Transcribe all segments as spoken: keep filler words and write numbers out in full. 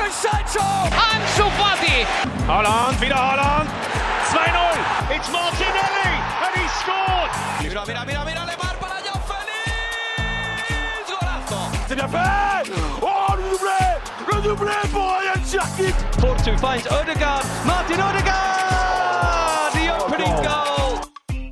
Sancho! Ansu Fati! Haaland, wieder Haaland! zwei null! It's Martinelli and he scored! Mira, mira, mira, mira, Lemar para João Félix! Golazo! C'est bien fait! Oh, le doublé! Le doublé pour Ryan Cherki! Porto finds Odegaard! Martin Odegaard! The opening goal!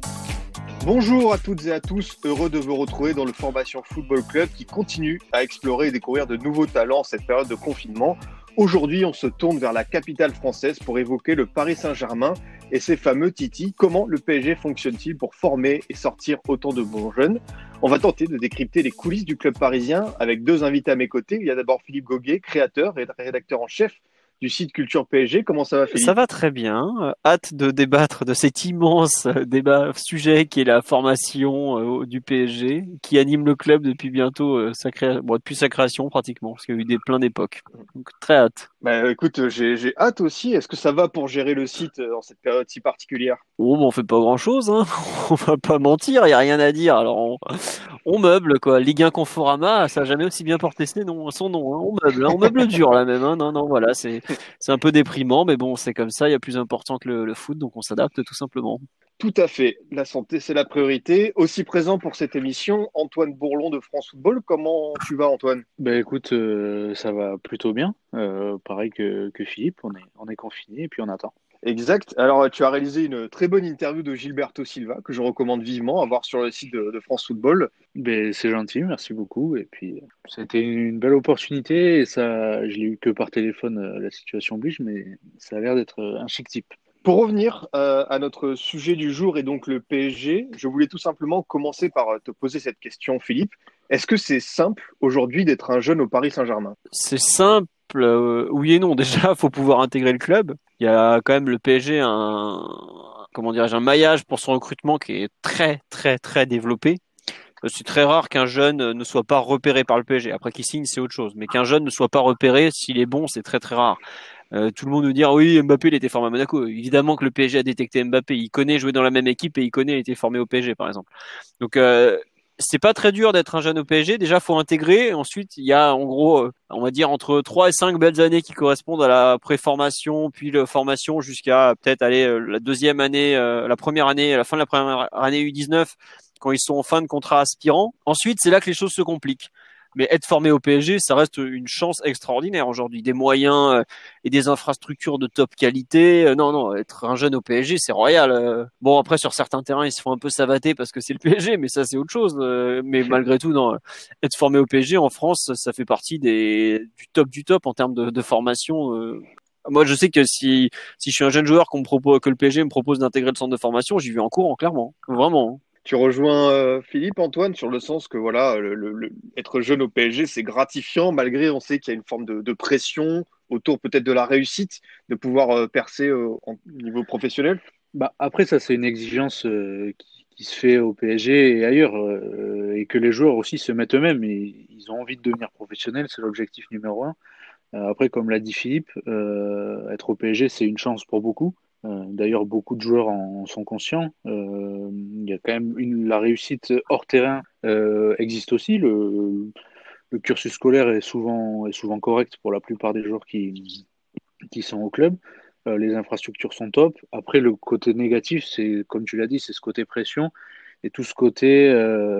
Bonjour à toutes et à tous, heureux de vous retrouver dans le Formation Football Club qui continue à explorer et découvrir de nouveaux talents en cette période de confinement. Aujourd'hui, on se tourne vers la capitale française pour évoquer le Paris Saint-Germain et ses fameux Titi. Comment le P S G fonctionne-t-il pour former et sortir autant de bons jeunes ? On va tenter de décrypter les coulisses du club parisien avec deux invités à mes côtés. Il y a d'abord Philippe Goguet, créateur et rédacteur en chef du site Culture P S G. Comment ça va, Philippe ? Ça va très bien. Euh, hâte de débattre de cet immense euh, débat sujet qui est la formation euh, du P S G, qui anime le club depuis bientôt euh, sa création, bon, depuis sa création pratiquement, parce qu'il y a eu des plein d'époques. Donc très hâte. Bah, écoute, j'ai, j'ai hâte aussi. Est-ce que ça va pour gérer le site euh, dans cette période si particulière ? Oh, bon, on fait pas grand-chose, hein. On va pas mentir, il y a rien à dire. Alors on, on meuble quoi. Ligue un Conforama, ça a jamais aussi bien porté son nom, son nom. Hein. On meuble, hein. On meuble dur là même. Hein. Non, non, voilà, c'est c'est un peu déprimant, mais bon, c'est comme ça. Il y a plus important que le, le foot, donc on s'adapte tout simplement. Tout à fait. La santé, c'est la priorité. Aussi présent pour cette émission, Antoine Bourlon de France Football. Comment tu vas, Antoine ? Ben écoute, euh, ça va plutôt bien. Euh, pareil que, que Philippe, on est, on est confiné et puis on attend. Exact. Alors, tu as réalisé une très bonne interview de Gilberto Silva que je recommande vivement à voir sur le site de, de France Football. Ben, c'est gentil, merci beaucoup. Et puis, c'était une belle opportunité. Et ça, je l'ai eu que par téléphone, la situation oblige, mais ça a l'air d'être un chic type. Pour revenir euh, à notre sujet du jour et donc le P S G, je voulais tout simplement commencer par te poser cette question, Philippe. Est-ce que c'est simple aujourd'hui d'être un jeune au Paris Saint-Germain ? C'est simple, euh, oui et non. Déjà, faut pouvoir intégrer le club. Il y a quand même le P S G un, comment dirais-je, un maillage pour son recrutement qui est très très très développé. C'est très rare qu'un jeune ne soit pas repéré par le P S G. Après qu'il signe, c'est autre chose. Mais qu'un jeune ne soit pas repéré, s'il est bon, c'est très très rare. Euh, tout le monde nous dit oui, Mbappé il était formé à Monaco. Évidemment que le P S G a détecté Mbappé, il connaît jouer dans la même équipe et il connaît il était formé au P S G par exemple. Donc euh, c'est pas très dur d'être un jeune au P S G. Déjà faut intégrer. Ensuite il y a en gros euh, on va dire entre trois et cinq belles années qui correspondent à la pré-formation puis la formation jusqu'à peut-être aller euh, la deuxième année, euh, la première année, à la fin de la première année U dix-neuf quand ils sont en fin de contrat aspirant. Ensuite c'est là que les choses se compliquent. Mais être formé au P S G, ça reste une chance extraordinaire aujourd'hui. Des moyens et des infrastructures de top qualité. Non, non, être un jeune au P S G, c'est royal. Bon, après, sur certains terrains, ils se font un peu savater parce que c'est le P S G, mais ça, c'est autre chose. Mais malgré tout, non, être formé au P S G en France, ça fait partie des, du top du top en termes de, de formation. Moi, je sais que si, si je suis un jeune joueur qu'on me propose, que le P S G me propose d'intégrer le centre de formation, j'y vais en courant, clairement. Vraiment. Tu rejoins euh, Philippe, Antoine, sur le sens que voilà, le, le, le, être jeune au P S G, c'est gratifiant, malgré on sait qu'il y a une forme de, de pression autour peut-être de la réussite, de pouvoir euh, percer euh, au niveau professionnel. Bah, après, ça, c'est une exigence euh, qui, qui se fait au P S G et ailleurs, euh, et que les joueurs aussi se mettent eux-mêmes. Et ils ont envie de devenir professionnels, c'est l'objectif numéro un. Euh, après, comme l'a dit Philippe, euh, être au P S G, c'est une chance pour beaucoup. Euh, d'ailleurs, beaucoup de joueurs en sont conscients. Euh, il y a quand même une, la réussite hors terrain euh, existe aussi. Le, le cursus scolaire est souvent, est souvent correct pour la plupart des joueurs qui, qui sont au club. Euh, les infrastructures sont top. Après, le côté négatif, c'est, comme tu l'as dit, c'est ce côté pression et tout ce côté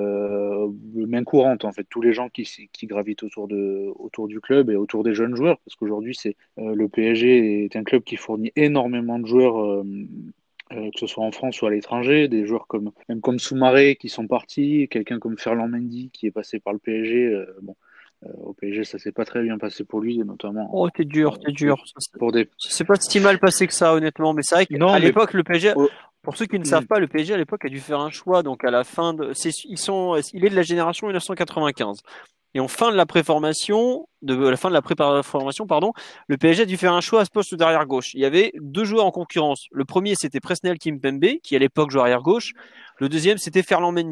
euh, main courante, en fait, tous les gens qui, qui gravitent autour, de, autour du club et autour des jeunes joueurs, parce qu'aujourd'hui, c'est, euh, le P S G est un club qui fournit énormément de joueurs, euh, euh, que ce soit en France ou à l'étranger, des joueurs comme, même comme Soumaré qui sont partis, quelqu'un comme Ferland Mendy qui est passé par le P S G, euh, bon, Euh, au P S G, ça s'est pas très bien passé pour lui, notamment. Oh, t'es dur, t'es dur. Pour des... C'est pas si mal passé que ça, honnêtement. Mais c'est vrai qu'à mais... l'époque, le P S G, oh. pour ceux qui ne mmh. savent pas, le P S G à l'époque a dû faire un choix. Donc à la fin de, c'est, ils sont, il est de la génération mille neuf cent quatre-vingt-quinze. Et en fin de la préformation, de la fin de la préparation, pardon, le P S G a dû faire un choix à ce poste d'arrière gauche. Il y avait deux joueurs en concurrence. Le premier, c'était Presnel Kimpembe, qui à l'époque jouait arrière gauche. Le deuxième, c'était Ferland Mendy.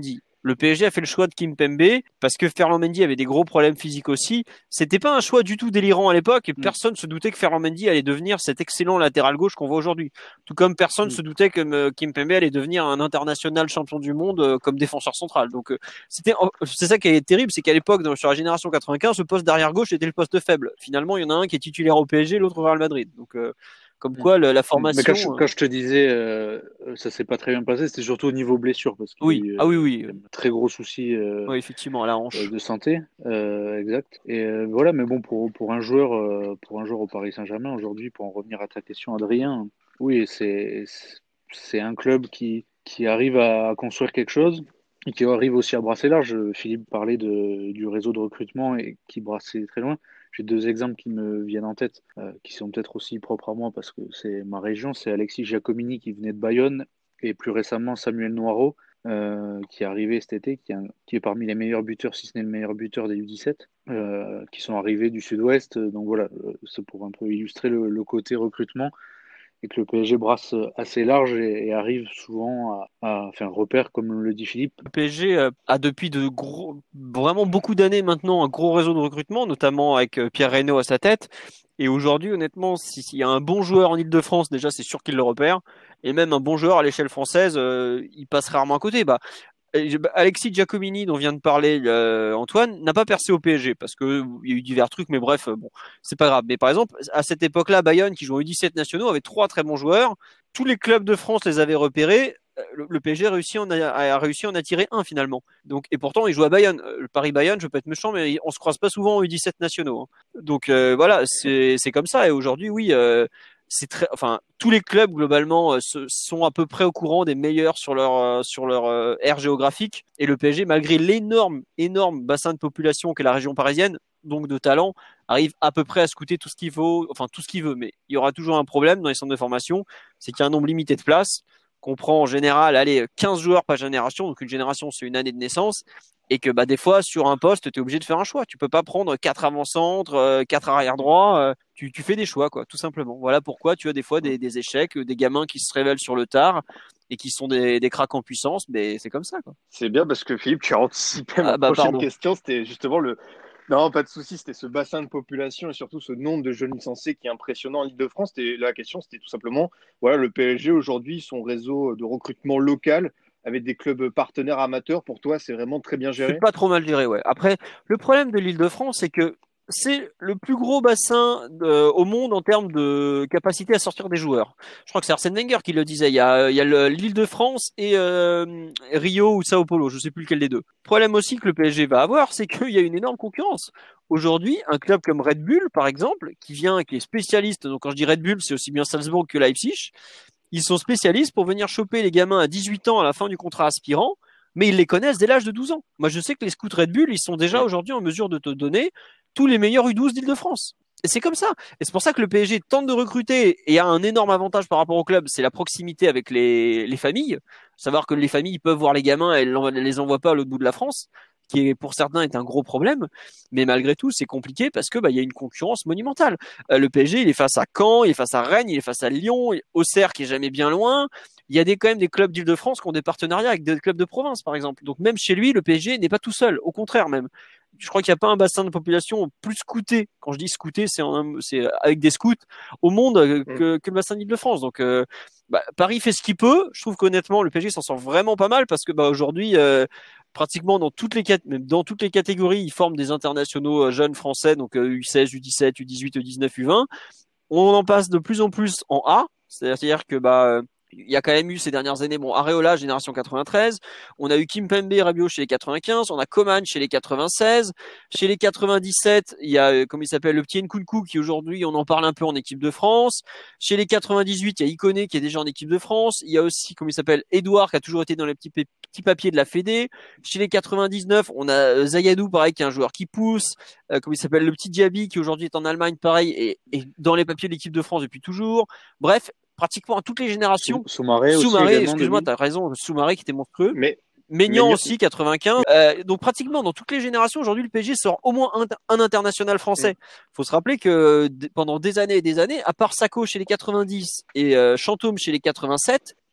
Le P S G a fait le choix de Kimpembe parce que Ferland Mendy avait des gros problèmes physiques aussi. C'était pas un choix du tout délirant à l'époque et Mm. personne se doutait que Ferland Mendy allait devenir cet excellent latéral gauche qu'on voit aujourd'hui. Tout comme personne Mm. se doutait que euh, Kimpembe allait devenir un international champion du monde euh, comme défenseur central. Donc euh, c'était, c'est ça qui est terrible, c'est qu'à l'époque, dans, sur la génération quatre-vingt-quinze, le poste d'arrière gauche était le poste faible. Finalement, il y en a un qui est titulaire au P S G, l'autre au Real Madrid. Donc euh, comme quoi le, la formation. Mais quand je, quand je te disais, euh, ça s'est pas très bien passé, c'était surtout au niveau blessure parce qu'il oui, y a eu, ah oui, oui, euh, un très gros souci euh, oui, effectivement, à la hanche. euh, de santé, euh, exact. Et euh, voilà, mais bon, pour pour un joueur, euh, pour un joueur au Paris Saint-Germain aujourd'hui, pour en revenir à ta question, Adrien, oui, c'est c'est un club qui qui arrive à construire quelque chose et qui arrive aussi à brasser large. Philippe parlait de du réseau de recrutement et qui brassait très loin. J'ai deux exemples qui me viennent en tête, euh, qui sont peut-être aussi propres à moi parce que c'est ma région. C'est Alexis Giacomini qui venait de Bayonne et plus récemment Samuel Noiro euh, qui est arrivé cet été, qui est, un- qui est parmi les meilleurs buteurs, si ce n'est le meilleur buteur des U dix-sept, euh, qui sont arrivés du sud-ouest. Donc voilà, euh, c'est pour un peu illustrer le, le côté recrutement et que le P S G brasse assez large et, et arrive souvent à, à faire un repère, comme le dit Philippe. Le P S G euh, a depuis de gros, vraiment beaucoup d'années maintenant un gros réseau de recrutement, notamment avec euh, Pierre Reynaud à sa tête. Et aujourd'hui, honnêtement, si- s'il y a un bon joueur en Ile-de-France, déjà, c'est sûr qu'il le repère. Et même un bon joueur à l'échelle française, euh, il passe rarement à côté. Bah, euh, Alexis Giacomini, dont vient de parler euh, Antoine, n'a pas percé au P S G parce que il y a eu divers trucs, mais bref, euh, bon, c'est pas grave. Mais par exemple, à cette époque-là, Bayonne, qui jouait aux U dix-sept nationaux, avait trois très bons joueurs. Tous les clubs de France les avaient repérés. Euh, Le, le P S G a réussi, en a, a réussi à en attirer un finalement. Donc, et pourtant, il joue à Bayonne. Euh, Le Paris-Bayonne, je peux être méchant, mais on se croise pas souvent aux U dix-sept nationaux. Hein. Donc euh, voilà, c'est c'est comme ça. Et aujourd'hui, oui. Euh, c'est très, enfin, tous les clubs globalement euh, se, sont à peu près au courant des meilleurs sur leur euh, sur leur euh, aire géographique. Et le P S G, malgré l'énorme énorme bassin de population qu'est la région parisienne, donc de talent, arrive à peu près à scouter tout ce qu'il faut, enfin tout ce qu'il veut. Mais il y aura toujours un problème dans les centres de formation, c'est qu'il y a un nombre limité de places, qu'on prend en général, allez, quinze joueurs par génération. Donc une génération, c'est une année de naissance. Et que bah des fois sur un poste tu es obligé de faire un choix, tu peux pas prendre quatre avant-centres, euh, quatre arrière droits, euh, tu, tu fais des choix quoi, tout simplement. Voilà pourquoi tu as des fois des, des échecs, des gamins qui se révèlent sur le tard et qui sont des, des cracks en puissance, mais c'est comme ça quoi. C'est bien parce que Philippe, tu as anticipé ma Ah bah prochaine pardon. question. C'était justement le. Non, pas de souci, c'était ce bassin de population et surtout ce nombre de jeunes licenciés qui est impressionnant en Île-de-France. C'était la question, c'était tout simplement, voilà, le P S G aujourd'hui, son réseau de recrutement local avec des clubs partenaires amateurs. Pour toi, c'est vraiment très bien C'est géré. pas trop mal géré, ouais. Après, le problème de l'Île-de-France, c'est que c'est le plus gros bassin de- au monde en termes de capacité à sortir des joueurs. Je crois que c'est Arsène Wenger qui le disait. Il y a, il y a le- l'Île-de-France et euh, Rio ou Sao Paulo, je sais plus lequel des deux. Le problème aussi que le P S G va avoir, c'est qu'il y a une énorme concurrence. Aujourd'hui, un club comme Red Bull, par exemple, qui vient, qui est spécialiste, donc quand je dis Red Bull, c'est aussi bien Salzbourg que Leipzig, ils sont spécialistes pour venir choper les gamins à dix-huit ans à la fin du contrat aspirant, mais ils les connaissent dès l'âge de douze ans. Moi, je sais que les scouts Red Bull, ils sont déjà aujourd'hui en mesure de te donner tous les meilleurs U douze d'Île-de-France. Et c'est comme ça. Et c'est pour ça que le P S G tente de recruter et a un énorme avantage par rapport au club, c'est la proximité avec les, les familles. Savoir que les familles peuvent voir les gamins et elles ne les envoient pas à l'autre bout de la France, qui est, pour certains est un gros problème. Mais malgré tout, c'est compliqué parce que bah, il y a une concurrence monumentale. Euh, le P S G, il est face à Caen, il est face à Rennes, il est face à Lyon, Auxerre qui est jamais bien loin. Il y a des, quand même des clubs d'Île-de-France qui ont des partenariats avec des clubs de province, par exemple. Donc même chez lui, le P S G n'est pas tout seul. Au contraire même. Je crois qu'il n'y a pas un bassin de population plus scouté. Quand je dis scouté, c'est, en, c'est avec des scouts au monde que, que le bassin d'Île-de-France. Donc euh, bah, Paris fait ce qu'il peut. Je trouve qu'honnêtement, le P S G s'en sort vraiment pas mal parce que bah, aujourd'hui, euh, pratiquement dans toutes les même dans toutes les catégories, ils forment des internationaux jeunes français, donc euh, U seize, U dix-sept, U dix-huit, U dix-neuf, U vingt. On en passe de plus en plus en A, c'est-à-dire que bah il y a quand même eu ces dernières années, bon, Areola, génération quatre-vingt-treize, on a eu Kimpembe, Rabiot chez les quatre-vingt-quinze, on a Coman chez les quatre-vingt-seize, chez les quatre-vingt-dix-sept, il y a, comme il s'appelle, le petit Nkunku qui aujourd'hui, on en parle un peu en équipe de France, chez les quatre-vingt-dix-huit, il y a Ikoné qui est déjà en équipe de France, il y a aussi, comme il s'appelle, Edouard qui a toujours été dans les petits, petits papiers de la Fédé, chez les quatre-vingt-dix-neuf, on a Zayadou, pareil, qui est un joueur qui pousse, euh, comme il s'appelle, le petit Diaby qui aujourd'hui est en Allemagne, pareil, et, et dans les papiers de l'équipe de France depuis toujours, bref, pratiquement à toutes les générations. Soumaré aussi. Soumaré, excuse-moi, t'as raison, Soumaré qui était monstrueux. Mais Maignan aussi, quatre-vingt-quinze. Euh, donc pratiquement dans toutes les générations, aujourd'hui, le P S G sort au moins un, un international français. Mm. Faut se rappeler que d- pendant des années et des années, à part Sacco chez les quatre-vingt-dix et euh, Chantôme chez les quatre-vingt-sept,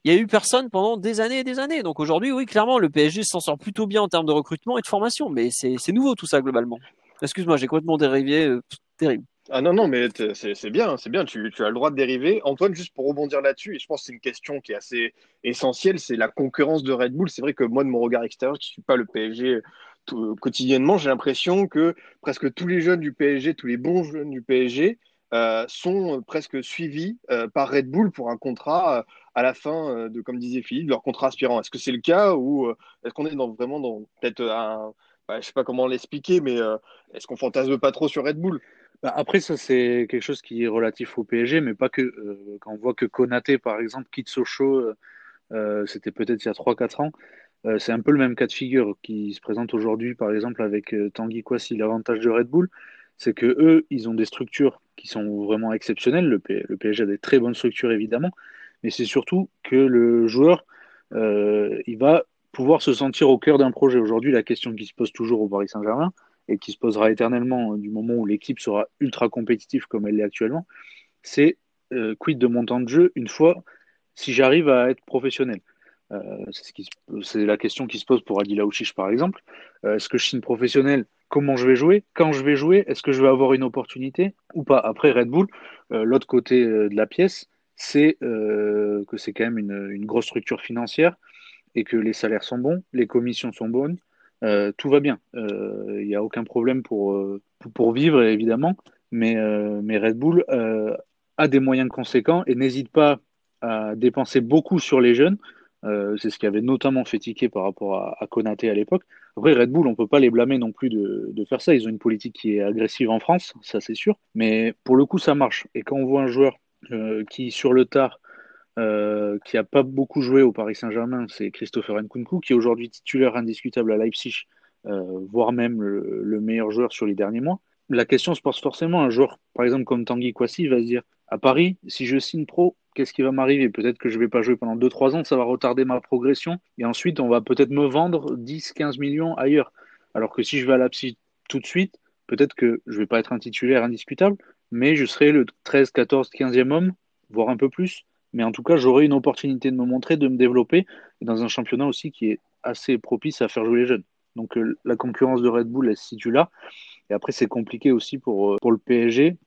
il y a eu personne pendant des années et des années. Donc aujourd'hui, oui, clairement, le P S G s'en sort plutôt bien en termes de recrutement et de formation. Mais c'est, c'est nouveau tout ça globalement. Excuse-moi, j'ai complètement dérivé. Euh, terrible. Ah non, non, mais t- c'est c'est bien, c'est bien, tu, tu as le droit de dériver. Antoine, juste pour rebondir là-dessus, et je pense que c'est une question qui est assez essentielle, c'est la concurrence de Red Bull. C'est vrai que moi, de mon regard extérieur, qui ne suis pas le P S G tout- quotidiennement, j'ai l'impression que presque tous les jeunes du P S G, tous les bons jeunes du P S G, euh, sont presque suivis euh, par Red Bull pour un contrat euh, à la fin euh, de, comme disait Philippe, de leur contrat aspirant. Est-ce que c'est le cas ou euh, est-ce qu'on est dans, vraiment dans peut-être un, bah, je sais pas comment l'expliquer, mais euh, est-ce qu'on fantasme pas trop sur Red Bull? Bah, après, ça, c'est quelque chose qui est relatif au P S G, mais pas que. Euh, quand on voit que Konaté, par exemple, quitte Sochaux, euh, euh, c'était peut-être il y a trois quatre ans, euh, c'est un peu le même cas de figure qui se présente aujourd'hui, par exemple, avec euh, Tanguy Kouassi. L'avantage de Red Bull, c'est que eux, ils ont des structures qui sont vraiment exceptionnelles. Le, P- le P S G a des très bonnes structures, évidemment, mais c'est surtout que le joueur, euh, il va pouvoir se sentir au cœur d'un projet. Aujourd'hui, la question qui se pose toujours au Paris Saint-Germain, et qui se posera éternellement du moment où l'équipe sera ultra compétitive comme elle l'est actuellement, c'est euh, quid de mon temps de jeu une fois si j'arrive à être professionnel. Euh, c'est, ce qui, c'est la question qui se pose pour Adil Aouchiche par exemple. Euh, est-ce que je signe professionnel? Comment je vais jouer? Quand je vais jouer? Est-ce que je vais avoir une opportunité ou pas? Après Red Bull, euh, l'autre côté euh, de la pièce, c'est euh, que c'est quand même une, une grosse structure financière et que les salaires sont bons, les commissions sont bonnes, euh, tout va bien. Il euh, n'y a aucun problème pour, euh, pour vivre, évidemment, mais, euh, mais Red Bull euh, a des moyens conséquents et n'hésite pas à dépenser beaucoup sur les jeunes. Euh, c'est ce qui avait notamment fait tiquer par rapport à, à Konaté à l'époque. Après, Red Bull, on ne peut pas les blâmer non plus de, de faire ça. Ils ont une politique qui est agressive en France, ça c'est sûr. Mais pour le coup, ça marche. Et quand on voit un joueur euh, qui, sur le tard, euh, qui a pas beaucoup joué au Paris Saint-Germain, c'est Christopher Nkunku, qui est aujourd'hui titulaire indiscutable à Leipzig, euh, voire même le, le meilleur joueur sur les derniers mois. La question se pose forcément. Un joueur, par exemple, comme Tanguy Kouassi, va se dire, à Paris, si je signe pro, qu'est-ce qui va m'arriver? Peut-être que je vais pas jouer pendant deux trois ans, ça va retarder ma progression, et ensuite, on va peut-être me vendre dix quinze millions ailleurs. Alors que si je vais à Leipzig tout de suite, peut-être que je vais pas être un titulaire indiscutable, mais je serai le treize quatorze quinzième homme, voire un peu plus, mais en tout cas, j'aurai une opportunité de me montrer, de me développer, et dans un championnat aussi qui est assez propice à faire jouer les jeunes. Donc euh, la concurrence de Red Bull, elle se situe là. Et après, c'est compliqué aussi pour, euh, pour le P S G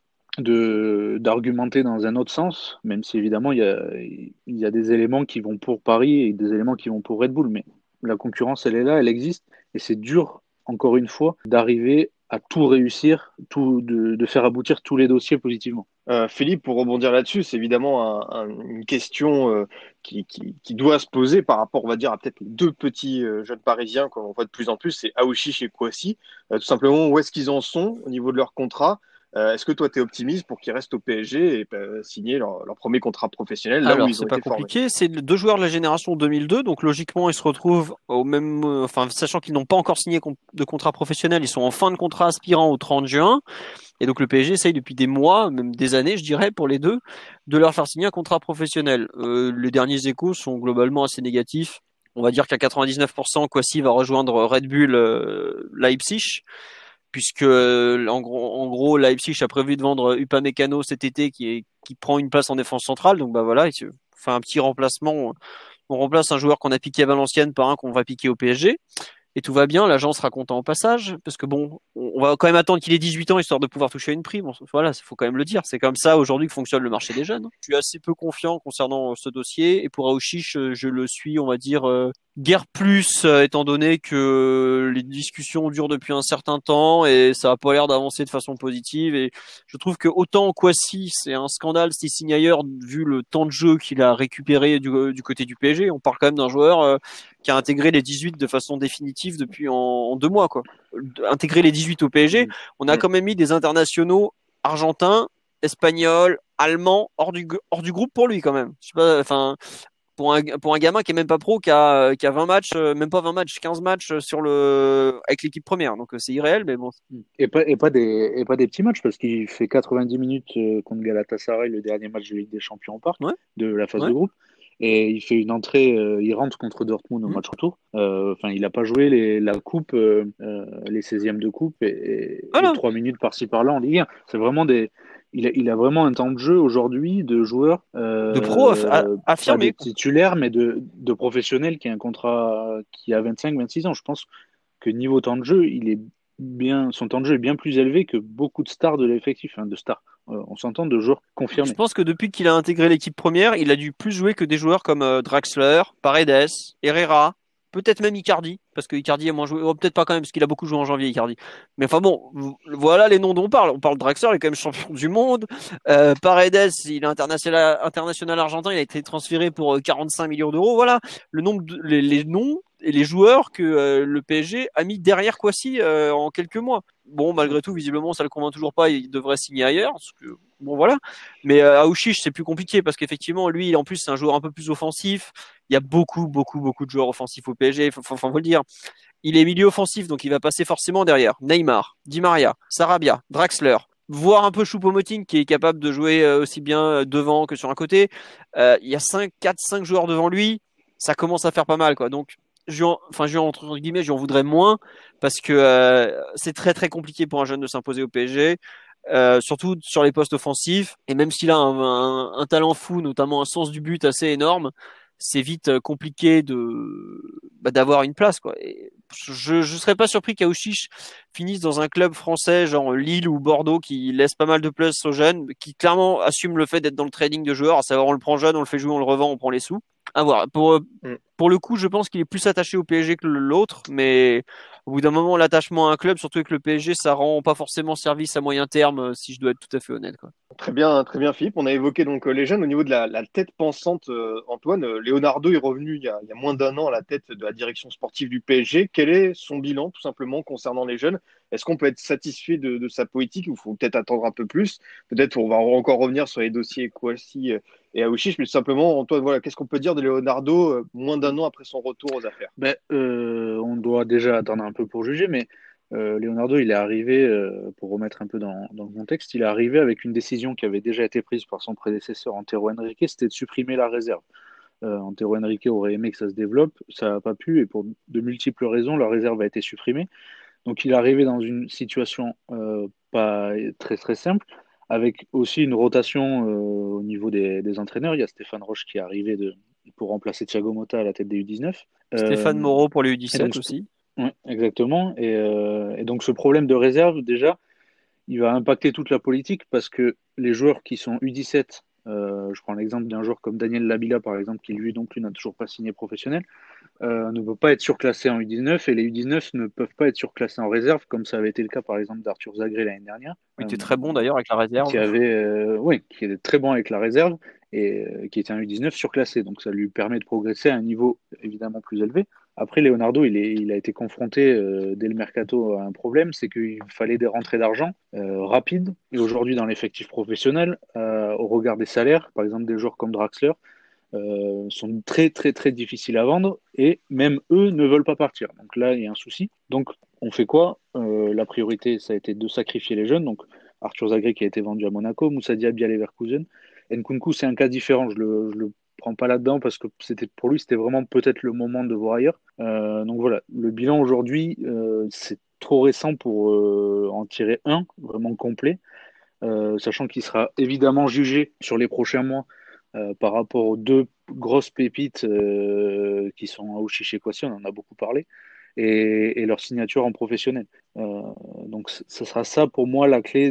de, d'argumenter dans un autre sens, même si évidemment, il y a, il y a des éléments qui vont pour Paris et des éléments qui vont pour Red Bull. Mais la concurrence, elle est là, elle existe. Et c'est dur, encore une fois, d'arriver à tout réussir, tout, de, de faire aboutir tous les dossiers positivement. Euh, Philippe, pour rebondir là-dessus, c'est évidemment un- un- une question euh, qui, qui, qui doit se poser par rapport, on va dire, à peut-être les deux petits euh, jeunes Parisiens qu'on voit de plus en plus, c'est Aouchiche et Kouassi. Euh, tout simplement, où est-ce qu'ils en sont au niveau de leur contrat? Euh, est-ce que toi, tu es optimiste pour qu'ils restent au P S G et euh, signer leur, leur premier contrat professionnel là où Alors, ils c'est ont pas été formés? compliqué. C'est deux joueurs de la génération deux mille deux, donc logiquement, ils se retrouvent au même, euh, enfin, sachant qu'ils n'ont pas encore signé con- de contrat professionnel, ils sont en fin de contrat aspirant au trente juin. Et donc le P S G essaye depuis des mois, même des années, je dirais, pour les deux, de leur faire signer un contrat professionnel. Euh, les derniers échos sont globalement assez négatifs. On va dire qu'à quatre-vingt-dix-neuf pour cent, Kwasi va rejoindre Red Bull euh, Leipzig, puisque euh, en gros, en gros, Leipzig a prévu de vendre Upamecano cet été, qui, est, qui prend une place en défense centrale. Donc bah voilà, il se fait un petit remplacement. On remplace un joueur qu'on a piqué à Valenciennes par un qu'on va piquer au P S G. Et tout va bien, l'agent sera content au passage, parce que bon, on va quand même attendre qu'il ait dix-huit ans histoire de pouvoir toucher une prime. Bon, voilà, il faut quand même le dire. C'est comme ça aujourd'hui que fonctionne le marché des jeunes. Je suis assez peu confiant concernant ce dossier, et pour Aouchiche, je le suis, on va dire, euh, guère plus, euh, étant donné que les discussions durent depuis un certain temps et ça a pas l'air d'avancer de façon positive. Et je trouve que autant Kwasi, c'est un scandale s'il signe ailleurs, vu le temps de jeu qu'il a récupéré du, du côté du P S G. On parle quand même d'un joueur euh, qui a intégré les dix-huit de façon définitive depuis en, en deux mois, quoi. Intégrer les dix-huit au P S G, on a quand même mis des internationaux argentins, espagnols, allemands hors du hors du groupe pour lui quand même. Je sais pas, enfin pour un pour un gamin qui est même pas pro, qui a qui a vingt matchs, même pas vingt matchs, quinze matchs sur le avec l'équipe première. Donc c'est irréel, mais bon. Et pas, et pas des et pas des petits matchs parce qu'il fait quatre-vingt-dix minutes contre Galatasaray, le dernier match de Ligue des Champions au Parc, Ouais. de la phase Ouais. de groupe. Et il fait une entrée, euh, il rentre contre Dortmund au Mmh. match retour. Enfin, euh, il n'a pas joué les, la coupe, euh, euh, les seizièmes de coupe et, et, Voilà. et trois minutes par-ci par-là en Ligue un. C'est vraiment des, il a, il a vraiment un temps de jeu aujourd'hui de joueur euh, De pro aff- a- affirmé. pas de titulaire, mais de, de professionnel qui a un contrat qui a vingt-cinq vingt-six ans. Je pense que niveau temps de jeu, il est bien, son temps de jeu est bien plus élevé que beaucoup de stars de l'effectif, hein, de stars. Euh, on s'entend de joueurs confirmés. Je pense que depuis qu'il a intégré l'équipe première, il a dû plus jouer que des joueurs comme euh, Draxler, Paredes, Herrera, peut-être même Icardi, parce que Icardi a moins joué. Oh, peut-être pas quand même, parce qu'il a beaucoup joué en janvier, Icardi. Mais enfin bon, voilà les noms dont on parle. On parle de Draxler, il est quand même champion du monde. Euh, Paredes, il est international, international argentin, il a été transféré pour quarante-cinq millions d'euros. Voilà le nombre de, les, les noms et les joueurs que euh, le P S G a mis derrière Kouassi euh, en quelques mois. Bon, malgré tout, visiblement, ça le convainc toujours pas. Il devrait signer ailleurs. Parce que, bon, voilà. Mais euh, Aouchiche, c'est plus compliqué parce qu'effectivement, lui, en plus, c'est un joueur un peu plus offensif. Il y a beaucoup, beaucoup, beaucoup de joueurs offensifs au P S G. Faut, faut, faut le dire. Il est milieu offensif, donc il va passer forcément derrière. Neymar, Di Maria, Sarabia, Draxler, voire un peu Choupo-Moting qui est capable de jouer aussi bien devant que sur un côté. Euh, il y a cinq, quatre, cinq joueurs devant lui. Ça commence à faire pas mal, quoi. Donc, je lui en, enfin, je lui en, entre guillemets, je lui en voudrais moins parce que euh, c'est très très compliqué pour un jeune de s'imposer au P S G, euh, surtout sur les postes offensifs. Et même s'il a un, un, un talent fou, notamment un sens du but assez énorme, c'est vite compliqué de bah, d'avoir une place, quoi. Et je je serais pas surpris qu'Aouchiche finisse dans un club français genre Lille ou Bordeaux qui laisse pas mal de place aux jeunes, qui clairement assume le fait d'être dans le trading de joueurs, à savoir on le prend jeune, on le fait jouer, on le revend, on prend les sous. À voir. Pour mm. pour le coup, je pense qu'il est plus attaché au P S G que l'autre, mais au bout d'un moment, l'attachement à un club, surtout avec le P S G, ça rend pas forcément service à moyen terme, si je dois être tout à fait honnête, quoi. Très bien, très bien, Philippe. On a évoqué donc les jeunes au niveau de la, la tête pensante, euh, Antoine. Leonardo est revenu il y, a, il y a moins d'un an à la tête de la direction sportive du P S G. Quel est son bilan, tout simplement, concernant les jeunes? Est-ce qu'on peut être satisfait de, de sa politique ou il faut peut-être attendre un peu plus? Peut-être on va encore revenir sur les dossiers Kouassi et Aouchiche, mais tout simplement, Antoine, voilà, qu'est-ce qu'on peut dire de Leonardo euh, moins d'un an après son retour aux affaires? Ben, euh, on doit déjà attendre un peu pour juger, mais Euh, Leonardo, il est arrivé, euh, pour remettre un peu dans, dans le contexte, il est arrivé avec une décision qui avait déjà été prise par son prédécesseur Antero Henrique, c'était de supprimer la réserve. Euh, Antero Henrique aurait aimé que ça se développe, ça n'a pas pu, et pour de multiples raisons, la réserve a été supprimée. Donc il est arrivé dans une situation euh, pas très très simple, avec aussi une rotation euh, au niveau des, des entraîneurs. Il y a Stéphane Roche qui est arrivé de, pour remplacer Thiago Motta à la tête des U dix-neuf. Stéphane euh, Moreau pour les U dix-sept donc, aussi. Oui, exactement. Et, euh, et donc ce problème de réserve, déjà, il va impacter toute la politique parce que les joueurs qui sont U dix-sept, euh, je prends l'exemple d'un joueur comme Daniel Labila, par exemple, qui lui non plus n'a toujours pas signé professionnel, euh, ne peut pas être surclassé en U dix-neuf et les U dix-neuf ne peuvent pas être surclassés en réserve, comme ça avait été le cas, par exemple, d'Arthur Zagré l'année dernière. Il était euh, très bon d'ailleurs avec la réserve. Qui avait, euh, oui, qui était très bon avec la réserve et euh, qui était un U dix-neuf surclassé. Donc ça lui permet de progresser à un niveau évidemment plus élevé. Après, Leonardo, il, est, il a été confronté euh, dès le mercato à un problème, c'est qu'il fallait des rentrées d'argent euh, rapides. Et aujourd'hui, dans l'effectif professionnel, euh, au regard des salaires, par exemple des joueurs comme Draxler, euh, sont très très très difficiles à vendre et même eux ne veulent pas partir. Donc là, il y a un souci. Donc on fait quoi? euh, La priorité, ça a été de sacrifier les jeunes. Donc Arthur Zagré qui a été vendu à Monaco, Moussa Diaby à Leverkusen. Nkunku, c'est un cas différent. Je le, je le prends pas là-dedans parce que c'était pour lui, c'était vraiment peut-être le moment de voir ailleurs. Euh, donc voilà, le bilan aujourd'hui, euh, c'est trop récent pour euh, en tirer un vraiment complet, euh, sachant qu'il sera évidemment jugé sur les prochains mois euh, par rapport aux deux grosses pépites euh, qui sont Aouchiche et Kouassi, on en a beaucoup parlé, et, et leur signature en professionnel. Euh, donc ce sera ça pour moi la clé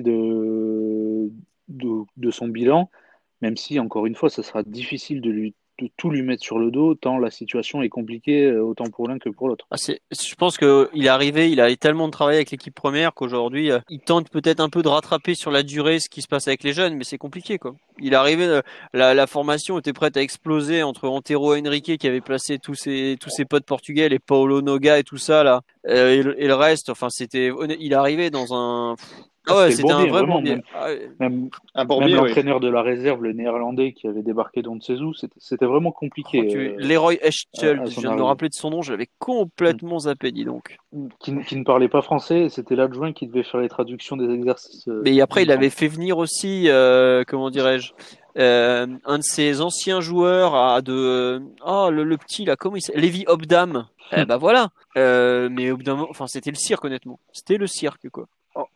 de, de, de son bilan, même si encore une fois, ça sera difficile de lui de tout lui mettre sur le dos, tant la situation est compliquée, autant pour l'un que pour l'autre. Ah, c'est, je pense que il est arrivé, il a tellement de travail avec l'équipe première qu'aujourd'hui, euh, il tente peut-être un peu de rattraper sur la durée ce qui se passe avec les jeunes, mais c'est compliqué, quoi. Il est arrivé, euh, la, la formation était prête à exploser entre Antero Henrique qui avait placé tous ses tous ses potes portugais, les Paulo Noga et tout ça là, euh, et, le, et le reste. Enfin, c'était, il est arrivé dans un Ah ouais, c'était un vrai vraiment, bourbier. même, Ah ouais. même, Un bourbier, même oui. l'entraîneur de la réserve, le néerlandais qui avait débarqué d'Ontsezu, c'était, c'était vraiment compliqué. Oh, tu... euh, Leroy Eschel, à- à je son viens de me arrivée. rappeler de son nom, je l'avais complètement zappé, dis donc. qui, qui ne parlait pas français, et c'était l'adjoint qui devait faire les traductions des exercices. euh, Mais après, il il me avait semble. fait venir aussi, euh, comment dirais-je, euh, un de ses anciens joueurs à de, oh le, le petit là, comment il s'appelle, Lévi Obdam. Eh ben voilà. Euh, mais au bout d'un moment, enfin c'était le cirque honnêtement, c'était le cirque quoi.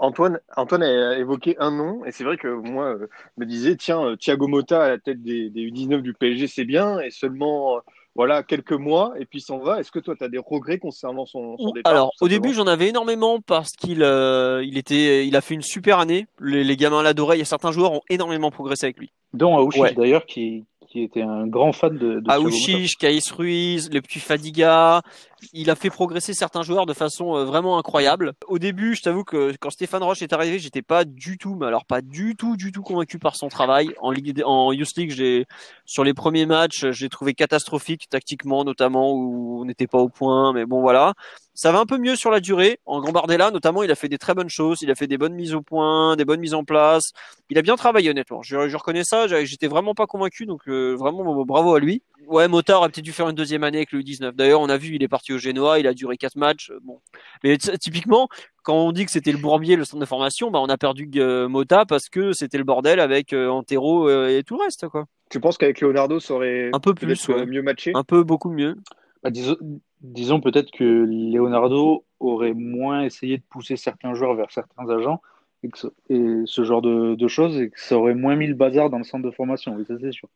Antoine, Antoine a évoqué un nom, et c'est vrai que moi, euh, je me disais, tiens, euh, Thiago Motta à la tête des, des U dix-neuf du P S G, c'est bien, et seulement, euh, voilà, quelques mois, et puis il s'en va. Est-ce que toi, tu as des regrets concernant son, son Ou- départ, Alors, tout au début, simplement? j'en avais énormément parce qu'il euh, il était, il a fait une super année. Les, les gamins l'adoraient. Il y a certains joueurs ont énormément progressé avec lui. Dont Ouais. Aouchiche d'ailleurs, qui, qui était un grand fan de, de Thiago Motta. Aouchiche, Kais Ruiz, le petit Fadiga. Il a fait progresser certains joueurs de façon euh, vraiment incroyable. Au début, je t'avoue que quand Stéphane Roche est arrivé, j'étais pas du tout, mais alors pas du tout, du tout convaincu par son travail. En Ligue, en Youth League, j'ai, sur les premiers matchs, j'ai trouvé catastrophique, tactiquement notamment, où on n'était pas au point, mais bon voilà. Ça va un peu mieux sur la durée. En Gambardella, notamment, il a fait des très bonnes choses. Il a fait des bonnes mises au point, des bonnes mises en place. Il a bien travaillé, honnêtement. Je, je reconnais ça. J'étais vraiment pas convaincu, donc euh, vraiment bravo à lui. Ouais, Mota aurait peut-être dû faire une deuxième année avec le U dix-neuf. D'ailleurs, on a vu, il est parti au Genoa, il a duré quatre matchs. Bon, mais t- typiquement, quand on dit que c'était le Bourbier, le centre de formation, bah on a perdu euh, Mota parce que c'était le bordel avec euh, Antero euh, et tout le reste, quoi. Tu penses qu'avec Leonardo, ça aurait Un peu plus, peut-être euh, ouais. mieux matché? Un peu beaucoup mieux. Bah, disons, disons peut-être que Leonardo aurait moins essayé de pousser certains joueurs vers certains agents et, que ce, et ce genre de, de choses, et que ça aurait moins mis le bazar dans le centre de formation, oui, ça c'est sûr.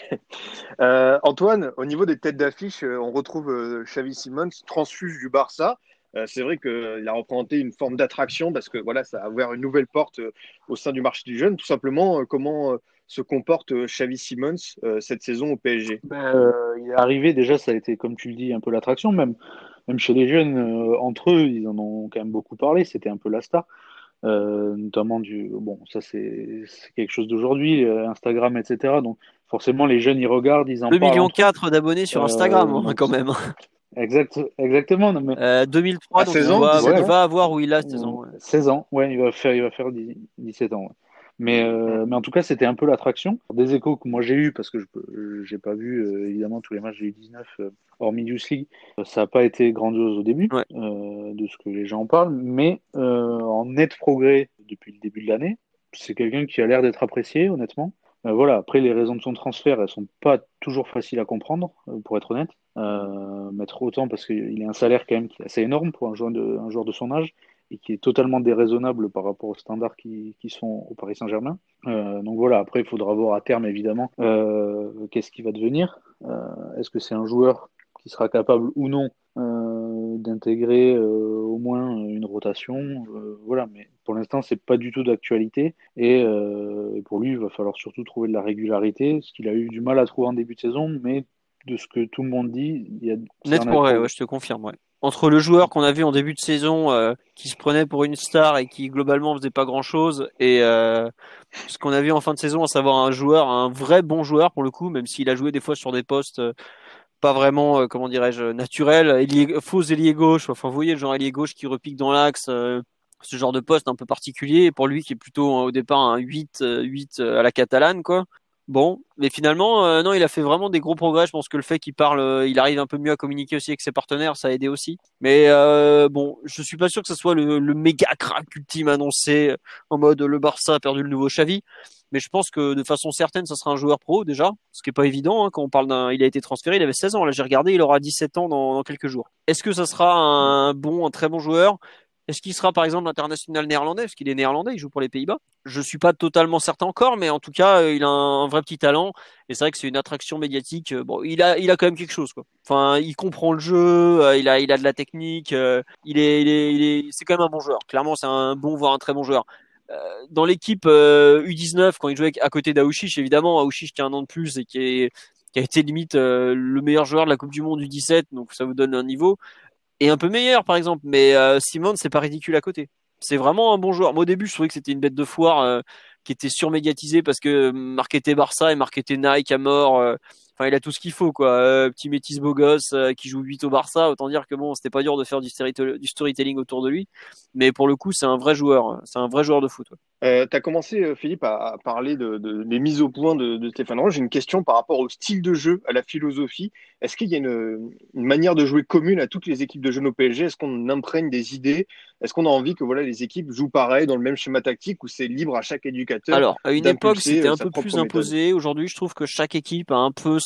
Euh, Antoine, au niveau des têtes d'affiche, euh, on retrouve euh, Xavi Simons, transfuge du Barça. Euh, c'est vrai qu'il a représenté une forme d'attraction parce que voilà, ça a ouvert une nouvelle porte euh, au sein du marché du jeune. Tout simplement, euh, comment euh, se comporte euh, Xavi Simons euh, cette saison au P S G? Ben, euh, il est arrivé, déjà, ça a été, comme tu le dis, un peu l'attraction, même, même chez les jeunes, euh, entre eux, ils en ont quand même beaucoup parlé, c'était un peu la star. Euh, notamment du bon, ça c'est c'est quelque chose d'aujourd'hui, euh, Instagram, et cetera. Donc forcément les jeunes ils regardent, ils en deux parlent millions entre eux. quatre d'abonnés sur Instagram, Euh, hein, donc quand même. exact, exactement. Non, mais Euh, deux mille trois, À donc seize il ans, doit, dix-sept il ouais, ans? va avoir où il a seize ans. Ouais. seize ans, ouais, il va faire il va faire dix dix-sept ans. Ouais. Mais euh, mais en tout cas c'était un peu l'attraction. Des échos que moi j'ai eu parce que je peux- j'ai pas vu euh, évidemment tous les matchs du dix-neuf euh, hormis Youth League. Ça n'a pas été grandiose au début Ouais. euh, de ce que les gens en parlent, mais euh, en net progrès depuis le début de l'année. C'est quelqu'un qui a l'air d'être apprécié, honnêtement. Euh, voilà, après, les raisons de son transfert, elles sont pas toujours faciles à comprendre, euh, pour être honnête. Euh, mettre autant, parce qu'il a un salaire quand même qui est assez énorme pour un joueur de, un joueur de son âge, et qui est totalement déraisonnable par rapport aux standards qui, qui sont au Paris Saint-Germain. Euh, donc voilà, après, il faudra voir à terme, évidemment, euh, qu'est-ce qui va devenir. Euh, est-ce que c'est un joueur qui sera capable ou non euh, d'intégrer euh, au moins une rotation, euh, voilà, mais pour l'instant c'est pas du tout d'actualité et, euh, et pour lui il va falloir surtout trouver de la régularité, ce qu'il a eu du mal à trouver en début de saison, mais de ce que tout le monde dit, il y a c'est Net un net progrès, progrès. ouais, je te confirme. Ouais. Entre le joueur qu'on a vu en début de saison, euh, qui se prenait pour une star et qui globalement faisait pas grand-chose, et euh, ce qu'on a vu en fin de saison, à savoir un joueur, un vrai bon joueur pour le coup, même s'il a joué des fois sur des postes euh, pas vraiment, euh, comment dirais-je, naturels, ailier, faux ailier gauche, enfin vous voyez le genre ailier gauche qui repique dans l'axe, euh, ce genre de poste un peu particulier, et pour lui qui est plutôt euh, au départ un huit, euh, huit euh, à la catalane, quoi. Bon, mais finalement, euh, non, il a fait vraiment des gros progrès. Je pense que le fait qu'il parle, euh, il arrive un peu mieux à communiquer aussi avec ses partenaires, ça a aidé aussi. Mais euh, bon, je suis pas sûr que ce soit le, le méga crack ultime annoncé euh, en mode le Barça a perdu le nouveau Xavi. Mais je pense que de façon certaine, ça sera un joueur pro déjà, ce qui est pas évident hein, quand on parle d'un. Il a été transféré, il avait seize ans. Là, j'ai regardé, il aura dix-sept ans dans, dans quelques jours. Est-ce que ça sera un bon, un très bon joueur? Est-ce qu'il sera par exemple international néerlandais parce qu'il est néerlandais, il joue pour les Pays-Bas? Je suis pas totalement certain encore, mais en tout cas, euh, il a un, un vrai petit talent et c'est vrai que c'est une attraction médiatique. Euh, Bon, il a, il a quand même quelque chose quoi. Enfin, il comprend le jeu, euh, il a, il a de la technique. euh, il est, il est, il est, c'est quand même un bon joueur. Clairement, c'est un bon voire un très bon joueur. Euh, dans l'équipe euh, U dix-neuf, quand il jouait à côté d'Aouchiche, évidemment, Aouchiche qui a un an de plus et qui est, qui a été limite euh, le meilleur joueur de la Coupe du Monde U dix-sept, donc ça vous donne un niveau et un peu meilleur par exemple, mais euh, Simon c'est pas ridicule à côté. C'est vraiment un bon joueur. Moi au début je trouvais que c'était une bête de foire euh, qui était surmédiatisée parce que marketé Barça et marketé Nike à mort. euh, Enfin il a tout ce qu'il faut quoi. Euh, petit métis beau gosse euh, qui joue huit au Barça, autant dire que bon c'était pas dur de faire du, storytelling, du storytelling autour de lui. Mais pour le coup c'est un vrai joueur. C'est un vrai joueur de foot. Ouais. Euh, tu as commencé, euh, Philippe, à, à parler de, de, des mises au point de, de Stéphane Roche. J'ai une question par rapport au style de jeu, à la philosophie. Est-ce qu'il y a une, une manière de jouer commune à toutes les équipes de jeunes au P S G? Est-ce qu'on imprègne des idées? Est-ce qu'on a envie que voilà, les équipes jouent pareil, dans le même schéma tactique, ou c'est libre à chaque éducateur Alors, à une époque, d'impulser c'était euh, un sa peu propre plus méthode? imposé. Aujourd'hui, je trouve que chaque équipe a un peu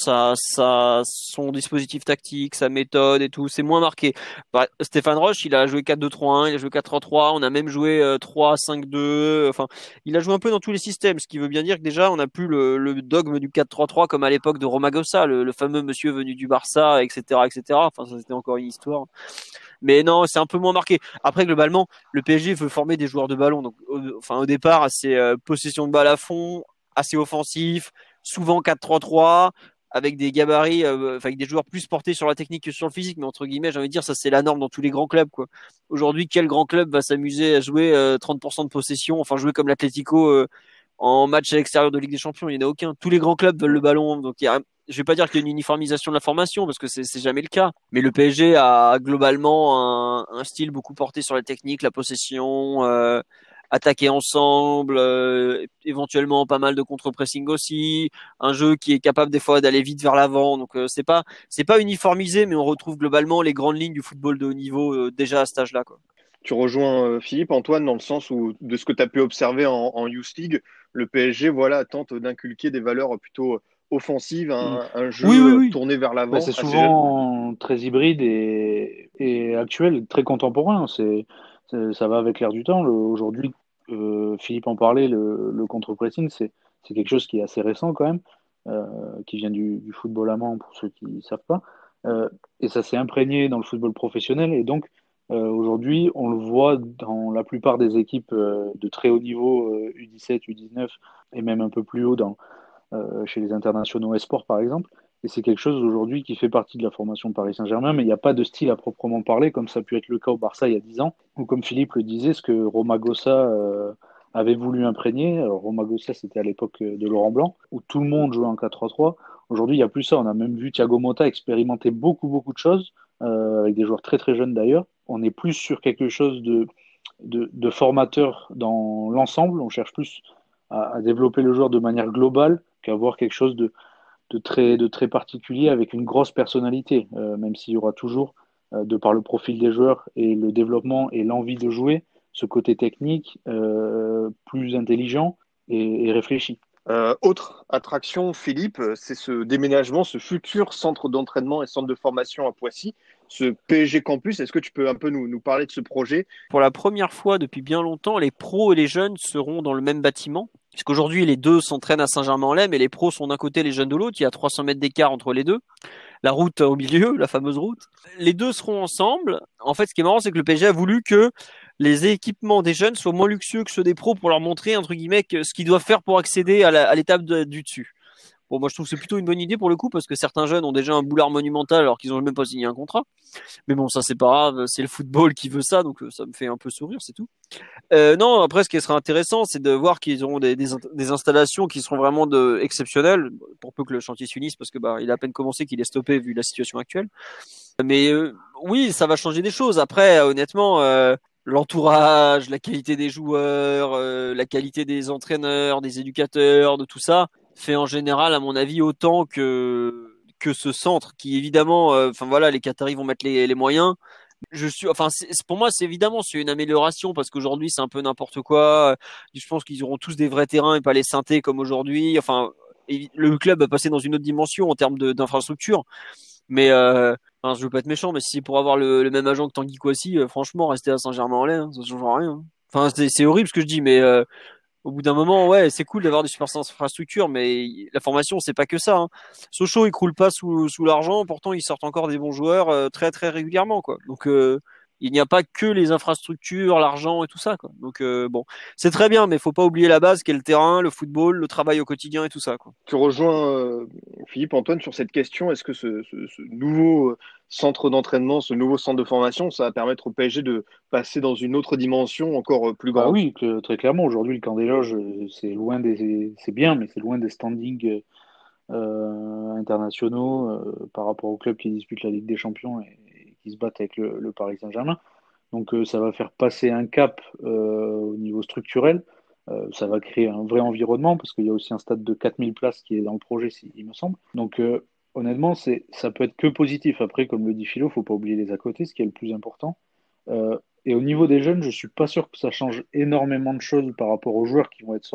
sa, sa, son dispositif tactique, sa méthode et tout. C'est moins marqué. Bah, Stéphane Roche, il a joué quatre deux trois un, il a joué quatre trois trois, on a même joué euh, trois cinq deux. Enfin, il a joué un peu dans tous les systèmes, ce qui veut bien dire que déjà, on n'a plus le, le dogme du quatre trois trois comme à l'époque de Romagosa, le, le fameux monsieur venu du Barça, et cetera, et cetera. Enfin, ça c'était encore une histoire. Mais non, c'est un peu moins marqué. Après, globalement, le P S G veut former des joueurs de ballon. Donc, au, enfin, au départ, c'est euh, possession de balle à fond, assez offensif, souvent quatre trois trois, avec des gabarits, euh, enfin, avec des joueurs plus portés sur la technique que sur le physique. Mais entre guillemets, j'ai envie de dire, ça c'est la norme dans tous les grands clubs, quoi. Aujourd'hui, quel grand club va s'amuser à jouer euh, trente pour cent de possession, enfin jouer comme l'Atlético euh, en match à l'extérieur de Ligue des Champions? Il n'y en a aucun. Tous les grands clubs veulent le ballon, donc il y a je vais pas dire qu'il y a une uniformisation de la formation parce que c'est, c'est jamais le cas. Mais le P S G a globalement un, un style beaucoup porté sur la technique, la possession, euh, attaquer ensemble, euh, éventuellement pas mal de contre-pressing aussi, un jeu qui est capable des fois d'aller vite vers l'avant. Donc euh, c'est pas c'est pas uniformisé, mais on retrouve globalement les grandes lignes du football de haut niveau euh, déjà à cet âge-là, quoi. Tu rejoins euh, Philippe, Antoine, dans le sens où, de ce que tu as pu observer en, en Youth League, le P S G voilà, tente d'inculquer des valeurs plutôt offensives, Mm. un, un jeu Oui, oui, oui. tourné vers l'avant. Bah, c'est assez jeune. souvent très hybride et, et actuel, très contemporain. C'est, c'est- ça va avec l'air du temps. Le- aujourd'hui, euh, Philippe en parlait, le, le contre-pressing, c'est, c'est quelque chose qui est assez récent quand même, euh, qui vient du, du football allemand pour ceux qui ne savent pas. Euh, et ça s'est imprégné dans le football professionnel. Et donc, euh, aujourd'hui, on le voit dans la plupart des équipes euh, de très haut niveau, euh, U dix-sept, U dix-neuf, et même un peu plus haut dans euh, chez les internationaux e-sport par exemple. Et c'est quelque chose aujourd'hui qui fait partie de la formation Paris Saint-Germain, mais il n'y a pas de style à proprement parler, comme ça a pu être le cas au Barça il y a dix ans, ou comme Philippe le disait, ce que Romagosa euh, avait voulu imprégner. Alors Romagosa, c'était à l'époque de Laurent Blanc, où tout le monde jouait en quatre trois trois. Aujourd'hui, il n'y a plus ça. On a même vu Thiago Motta expérimenter beaucoup, beaucoup de choses, euh, avec des joueurs très, très jeunes d'ailleurs. On est plus sur quelque chose de, de, de formateur dans l'ensemble. On cherche plus à, à développer le joueur de manière globale qu'avoir quelque chose de, de, très, de très particulier avec une grosse personnalité, euh, même s'il y aura toujours, euh, de par le profil des joueurs et le développement et l'envie de jouer, ce côté technique euh, plus intelligent et, et réfléchi. Euh, autre attraction, Philippe, c'est ce déménagement, ce futur centre d'entraînement et centre de formation à Poissy, ce P S G Campus. Est-ce que tu peux un peu nous, nous parler de ce projet? Pour la première fois depuis bien longtemps, les pros et les jeunes seront dans le même bâtiment. Puisqu'aujourd'hui, les deux s'entraînent à Saint-Germain-en-Laye, mais les pros sont d'un côté, les jeunes de l'autre. Il y a trois cents mètres d'écart entre les deux. La route au milieu, la fameuse route. Les deux seront ensemble. En fait, ce qui est marrant, c'est que le P S G a voulu que les équipements des jeunes soient moins luxueux que ceux des pros pour leur montrer, entre guillemets, que ce qu'ils doivent faire pour accéder à, la, à l'étape de, du dessus. Bon, moi, je trouve que c'est plutôt une bonne idée pour le coup, parce que certains jeunes ont déjà un boulard monumental alors qu'ils n'ont même pas signé un contrat. Mais bon, ça, c'est pas grave. C'est le football qui veut ça, donc ça me fait un peu sourire, c'est tout. Euh, non, après, ce qui sera intéressant, c'est de voir qu'ils auront des, des, des installations qui seront vraiment de, exceptionnelles, pour peu que le chantier s'unisse, parce que bah, il a à peine commencé qu'il est stoppé vu la situation actuelle. Mais euh, oui, ça va changer des choses. Après, honnêtement, euh, l'entourage, la qualité des joueurs, euh, la qualité des entraîneurs, des éducateurs, de tout ça, fait en général, à mon avis, autant que que ce centre, qui évidemment, enfin euh, voilà, les Qataris vont mettre les, les moyens. Je suis, enfin, c'est, pour moi, c'est évidemment c'est une amélioration parce qu'aujourd'hui c'est un peu n'importe quoi. Je pense qu'ils auront tous des vrais terrains et pas les synthés comme aujourd'hui. Enfin, le club va passer dans une autre dimension en termes de, d'infrastructure. Mais euh, enfin, je veux pas être méchant, mais si c'est pour avoir le, le même agent que Tanguy Kouassi, euh, franchement, rester à Saint-Germain-en-Laye, hein, ça change rien. Hein. Enfin, c'est, c'est horrible ce que je dis, mais euh, au bout d'un moment, ouais, c'est cool d'avoir des super infrastructures, mais la formation, c'est pas que ça. Hein. Sochaux, il croule pas sous, sous l'argent, pourtant ils sortent encore des bons joueurs euh, très très régulièrement, quoi. Donc euh, il n'y a pas que les infrastructures, l'argent et tout ça, quoi. Donc euh, bon, c'est très bien, mais faut pas oublier la base, qui est le terrain, le football, le travail au quotidien et tout ça, quoi. Tu rejoins euh, Philippe, Antoine sur cette question. Est-ce que ce, ce, ce nouveau centre d'entraînement, ce nouveau centre de formation, ça va permettre au P S G de passer dans une autre dimension encore plus Bah grande? oui, que, très clairement. Aujourd'hui, le camp des loges, c'est loin des, c'est bien, mais c'est loin des standings euh, internationaux euh, par rapport aux clubs qui disputent la Ligue des Champions et, et qui se battent avec le, le Paris Saint-Germain. Donc euh, ça va faire passer un cap euh, au niveau structurel. Euh, ça va créer un vrai environnement parce qu'il y a aussi un stade de quatre mille places qui est dans le projet, il me semble. Donc euh, honnêtement, c'est, ça peut être que positif. Après, comme le dit Philo, faut pas oublier les à côté, ce qui est le plus important. Euh, et au niveau des jeunes, je suis pas sûr que ça change énormément de choses par rapport aux joueurs qui vont être sortis.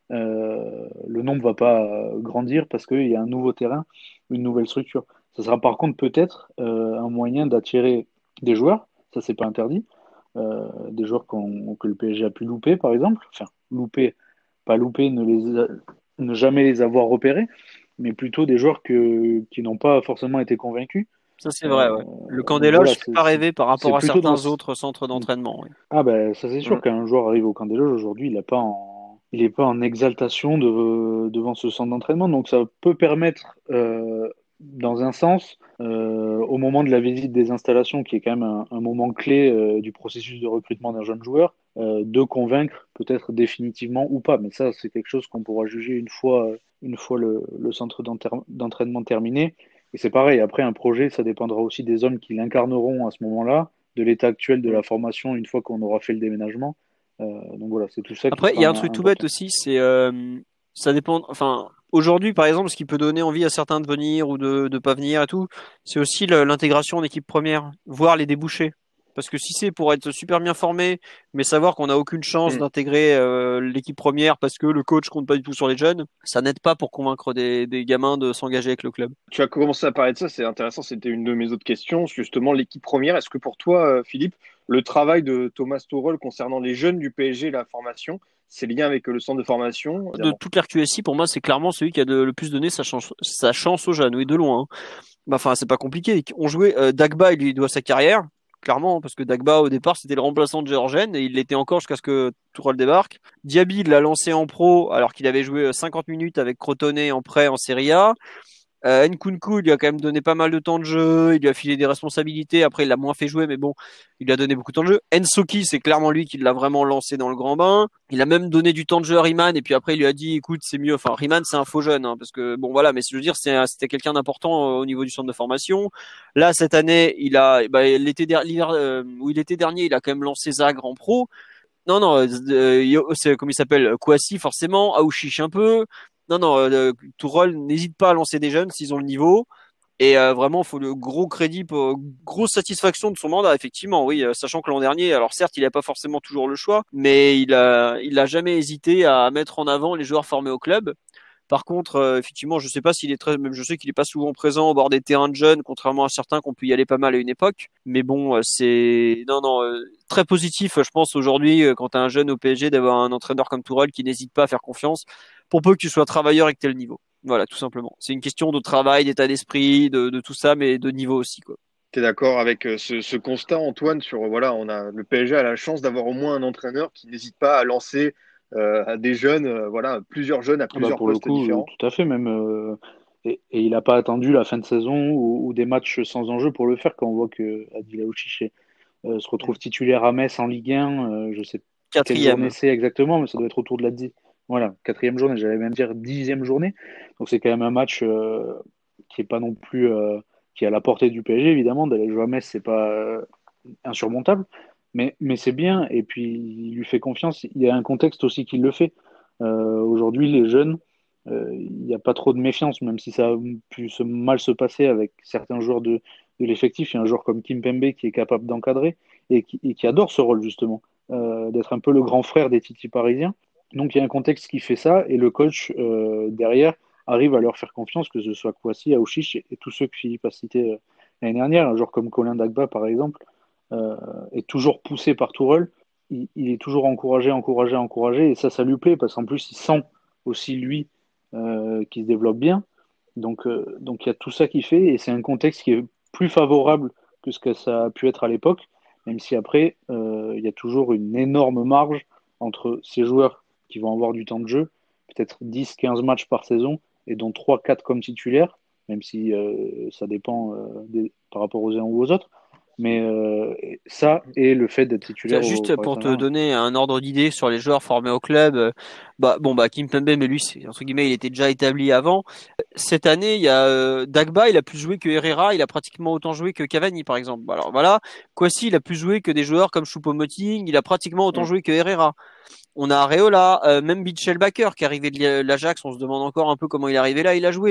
euh, le nombre va pas euh, grandir parce qu'il y a un nouveau terrain, une nouvelle structure. Ça sera par contre peut-être euh, un moyen d'attirer des joueurs, ça c'est pas interdit, euh, des joueurs qu'on- que le P S G a pu louper par exemple, enfin louper, pas louper, ne, les a- ne jamais les avoir repérés, mais plutôt des joueurs que, qui n'ont pas forcément été convaincus. Ça, c'est Euh, vrai, ouais. Le camp donc des voilà, loges fait c'est pas c'est- rêver par c'est rapport à plutôt dans certains ce- autres centres d'entraînement. Oui. ah ben ça c'est sûr Mm. qu'un joueur arrive au camp des loges aujourd'hui, il n'est pas en il est pas en exaltation de- devant ce centre d'entraînement, donc ça peut permettre euh, dans un sens euh, au moment de la visite des installations, qui est quand même un, un moment clé euh, du processus de recrutement d'un jeune joueur, euh, de convaincre peut-être définitivement ou pas. Mais ça c'est quelque chose qu'on pourra juger une fois une fois le, le centre d'enter- d'entraînement terminé. Et c'est pareil, après un projet, ça dépendra aussi des hommes qui l'incarneront à ce moment-là, de l'état actuel de la formation une fois qu'on aura fait le déménagement. Euh, donc voilà, c'est tout ça qui Après, il sera y a un truc tout bête important. aussi, c'est euh, ça dépend. Enfin, aujourd'hui, par exemple, ce qui peut donner envie à certains de venir ou de de pas venir et tout, c'est aussi le- l'intégration en équipe première, voir les débouchés. Parce que si c'est pour être super bien formé, mais savoir qu'on n'a aucune chance Mm. d'intégrer euh, l'équipe première parce que le coach compte pas du tout sur les jeunes, ça n'aide pas pour convaincre des, des gamins de s'engager avec le club. Tu as commencé à parler de ça, c'est intéressant, c'était une de mes autres questions, justement l'équipe première. Est-ce que pour toi, euh, Philippe, le travail de Thomas Tuchel concernant les jeunes du P S G, la formation, c'est lié avec euh, le centre de formation, De évidemment. toute l'R Q S I, pour moi, c'est clairement celui qui a de- le plus donné sa chance, sa chance aux jeunes, oui, de loin. Hein. Bah, enfin, c'est pas compliqué. On jouait euh, Dagba, il lui doit sa carrière, clairement, parce que Dagba au départ c'était le remplaçant de Georgen et il l'était encore jusqu'à ce que Tourelle débarque. Diaby il l'a lancé en pro alors qu'il avait joué cinquante minutes avec Crotone en prêt en Serie A. Euh, Nkunku, il lui a quand même donné pas mal de temps de jeu, il lui a filé des responsabilités. Après, il l'a moins fait jouer, mais bon, il lui a donné beaucoup de temps de jeu. Ensoki, c'est clairement lui qui l'a vraiment lancé dans le grand bain. Il a même donné du temps de jeu à Riemann, et puis après, il lui a dit, écoute, c'est mieux. Enfin, Riemann, c'est un faux jeune, hein, parce que bon, voilà, mais je veux dire, c'est, c'était quelqu'un d'important euh, au niveau du centre de formation. Là, cette année, il a, bah, l'été der- l'hiver, euh, où il était dernier, il a quand même lancé Zagre en pro. Non, non, euh, c'est comme il s'appelle, Kouassi forcément, Aouchiche un peu. Non, non, euh, Tourelle n'hésite pas à lancer des jeunes s'ils ont le niveau. Et euh, vraiment, il faut le gros crédit, pour, grosse satisfaction de son mandat, effectivement, oui, euh, sachant que l'an dernier, alors certes, il n'a pas forcément toujours le choix, mais il a, il a jamais hésité à mettre en avant les joueurs formés au club. Par contre, euh, effectivement, je sais pas s'il est très, même je sais qu'il est pas souvent présent au bord des terrains de jeunes, contrairement à certains qu'on peut y aller pas mal à une époque. Mais bon, euh, c'est non, non, euh, très positif, je pense aujourd'hui, euh, quand t'as un jeune au P S G, d'avoir un entraîneur comme Tourelle qui n'hésite pas à faire confiance, pour peu que tu sois travailleur et que t'aies le niveau. Voilà, tout simplement. C'est une question de travail, d'état d'esprit, de, de tout ça, mais de niveau aussi, quoi. Tu es d'accord avec euh, ce, ce constat, Antoine, sur, euh, voilà, on a, le P S G a la chance d'avoir au moins un entraîneur qui n'hésite pas à lancer euh, à des jeunes, euh, voilà, plusieurs jeunes à Ah bah plusieurs pour le postes coup, euh, différents. tout à fait, même. euh, et, et il n'a pas attendu la fin de saison ou, ou des matchs sans enjeu pour le faire quand on voit que Adil Aouchiche euh, se retrouve titulaire à Metz en Ligue un. Euh, je sais quelle journée Quatrième. c'est exactement, mais ça doit être autour de la dix. Voilà, quatrième journée, j'allais même dire dixième journée. Donc c'est quand même un match euh, qui est pas non plus euh, qui est à la portée du P S G, évidemment. D'aller jouer à Metz, c'est pas euh, insurmontable, mais, mais c'est bien. Et puis il lui fait confiance. Il y a un contexte aussi qui le fait. Euh, aujourd'hui, les jeunes, euh, il n'y a pas trop de méfiance, même si ça a pu se mal se passer avec certains joueurs de, de l'effectif. Il y a un joueur comme Kimpembe qui est capable d'encadrer et qui, et qui adore ce rôle justement, euh, d'être un peu le grand frère des Titi parisiens. Donc il y a un contexte qui fait ça et le coach euh, derrière arrive à leur faire confiance, que ce soit Kouassi, Aouchiche et, et tous ceux que Philippe a cités euh, l'année dernière. Un joueur comme Colin Dagba par exemple euh, est toujours poussé par Tourelle. Il, il est toujours encouragé, encouragé, encouragé et ça, ça lui plaît parce qu'en plus il sent aussi lui euh, qui se développe bien. Donc, euh, donc il y a tout ça qui fait et c'est un contexte qui est plus favorable que ce que ça a pu être à l'époque, même si après, euh, il y a toujours une énorme marge entre ces joueurs qui vont avoir du temps de jeu, peut-être dix quinze matchs par saison, et dont trois quatre comme titulaires, même si euh, ça dépend euh, des, par rapport aux uns ou aux autres. Mais euh, ça et le fait d'être Tiens, titulaire au juste Paris pour te Saint-Germain. donner un ordre d'idée sur les joueurs formés au club, euh, bah bon bah Kimpembe, mais lui c'est entre guillemets il était déjà établi avant. Cette année il y a euh, Dagba, il a plus joué que Herrera, il a pratiquement autant joué que Cavani par exemple. Alors voilà, Kouassi il a plus joué que des joueurs comme Choupo-Moting, il a pratiquement autant Mm. joué que Herrera. On a Areola, euh, même Mitchell Baker qui est arrivé de l'Ajax, on se demande encore un peu comment il est arrivé là, il a joué.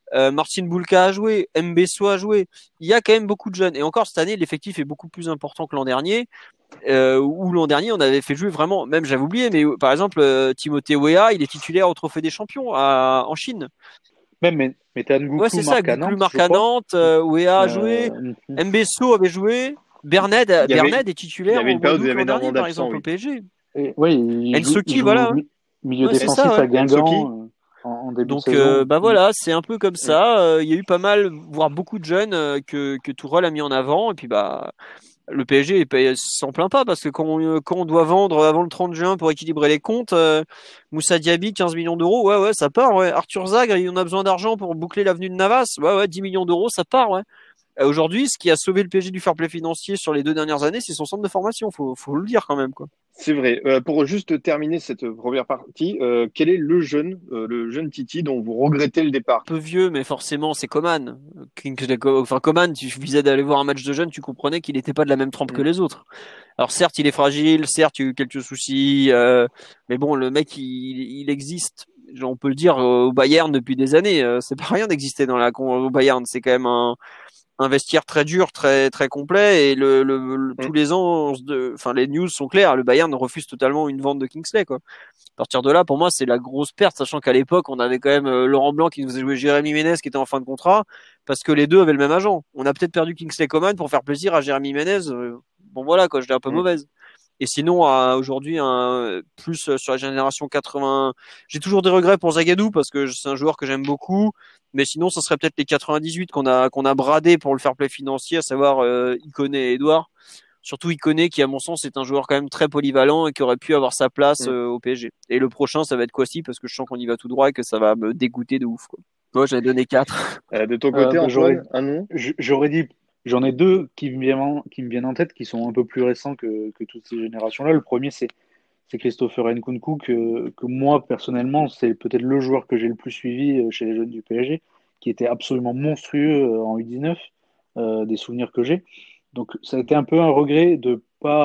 Euh, Martin Boulka a joué, Mbesso a joué. Il y a quand même beaucoup de jeunes. Et encore cette année, l'effectif est beaucoup plus important que l'an dernier. Euh, où l'an dernier, on avait fait jouer vraiment, même j'avais oublié, mais par exemple, euh, Timothée Weah, il est titulaire au Trophée des Champions à, en Chine. Même mais, mais t'as Ngouklou Ouais, c'est ça, marque à Gouklou Nantes, marque je à crois. Nantes, euh, Weah a joué, Euh, Mbesso avait joué, Berned, y avait- Berned est Il titulaire y avait au une mois période où il y d'août avait l'an dernier, énormément par d'absents, exemple, oui. au P S G. et, ouais, il joue, Ensoki, il joue voilà. mi- milieu Ouais, c'est défensif ça, ouais. à Guingamp Ensoki. euh, en, en début Donc de saison. euh, bah voilà, c'est un peu comme ça. Euh, Il y a eu pas mal, voire beaucoup de jeunes euh, que que Tourelle a mis en avant. Et puis bah le P S G il s'en plaint pas parce que quand on, quand on doit vendre avant le trente juin pour équilibrer les comptes, euh, Moussa Diaby quinze millions d'euros, ouais ouais ça part. Ouais. Arthur Zagre, il en a besoin d'argent pour boucler l'avenue de Navas, ouais ouais dix millions d'euros ça part. Ouais. Euh, Aujourd'hui, ce qui a sauvé le P S G du fair play financier sur les deux dernières années, c'est son centre de formation. Faut faut le dire quand même quoi. C'est vrai. Euh, pour juste terminer cette première partie, euh, quel est le jeune, euh, le jeune Titi dont vous regrettez le départ? Un peu vieux, mais forcément, c'est Coman. Kingsley Co- Enfin, Coman, tu visais d'aller voir un match de jeunes, tu comprenais qu'il n'était pas de la même trempe que Mm. les autres. Alors certes, il est fragile, certes, il y a eu quelques soucis, euh, mais bon, le mec, il, il existe. On peut le dire au Bayern depuis des années. Euh, c'est pas rien d'exister dans la au Bayern. C'est quand même un, un vestiaire très dur, très très complet, et le, le, le- tous Mm. les ans, on se de, enfin les news sont claires. Le Bayern refuse totalement une vente de Kingsley, quoi. À partir de là, pour moi, c'est la grosse perte, sachant qu'à l'époque, on avait quand même euh, Laurent Blanc qui nous faisait jouer Jérémy Ménez qui était en fin de contrat, parce que les deux avaient le même agent. On a peut-être perdu Kingsley Coman pour faire plaisir à Jérémy Ménez. Euh, bon voilà, quoi, je l'ai un peu Mm. mauvaise. Et sinon, à, aujourd'hui, un, plus euh, sur la génération quatre-vingts, j'ai toujours des regrets pour Zagadou parce que c'est un joueur que j'aime beaucoup. Mais sinon, ça serait peut-être les quatre-vingt-dix-huit qu'on a qu'on a bradé pour le fair play financier, à savoir euh, Ikoné et Edouard. Surtout Ikoné qui, à mon sens, est un joueur quand même très polyvalent et qui aurait pu avoir sa place Mm. euh, au P S G. Et le prochain, ça va être Kwasi parce que je sens qu'on y va tout droit et que ça va me dégoûter de ouf, quoi. Moi, j'avais donné quatre. Euh, de ton Euh, côté, bah, j'aurais, Antoine, un nom? j- j'aurais dit, j'en ai deux qui me viennent, en- qui me viennent en tête, qui sont un peu plus récents que, que toutes ces générations-là. Le premier, c'est, c'est Christopher Nkunku, que, que moi, personnellement, c'est peut-être le joueur que j'ai le plus suivi euh, chez les jeunes du P S G, qui était absolument monstrueux euh, en U dix-neuf, euh, des souvenirs que j'ai. Donc, ça a été un peu un regret de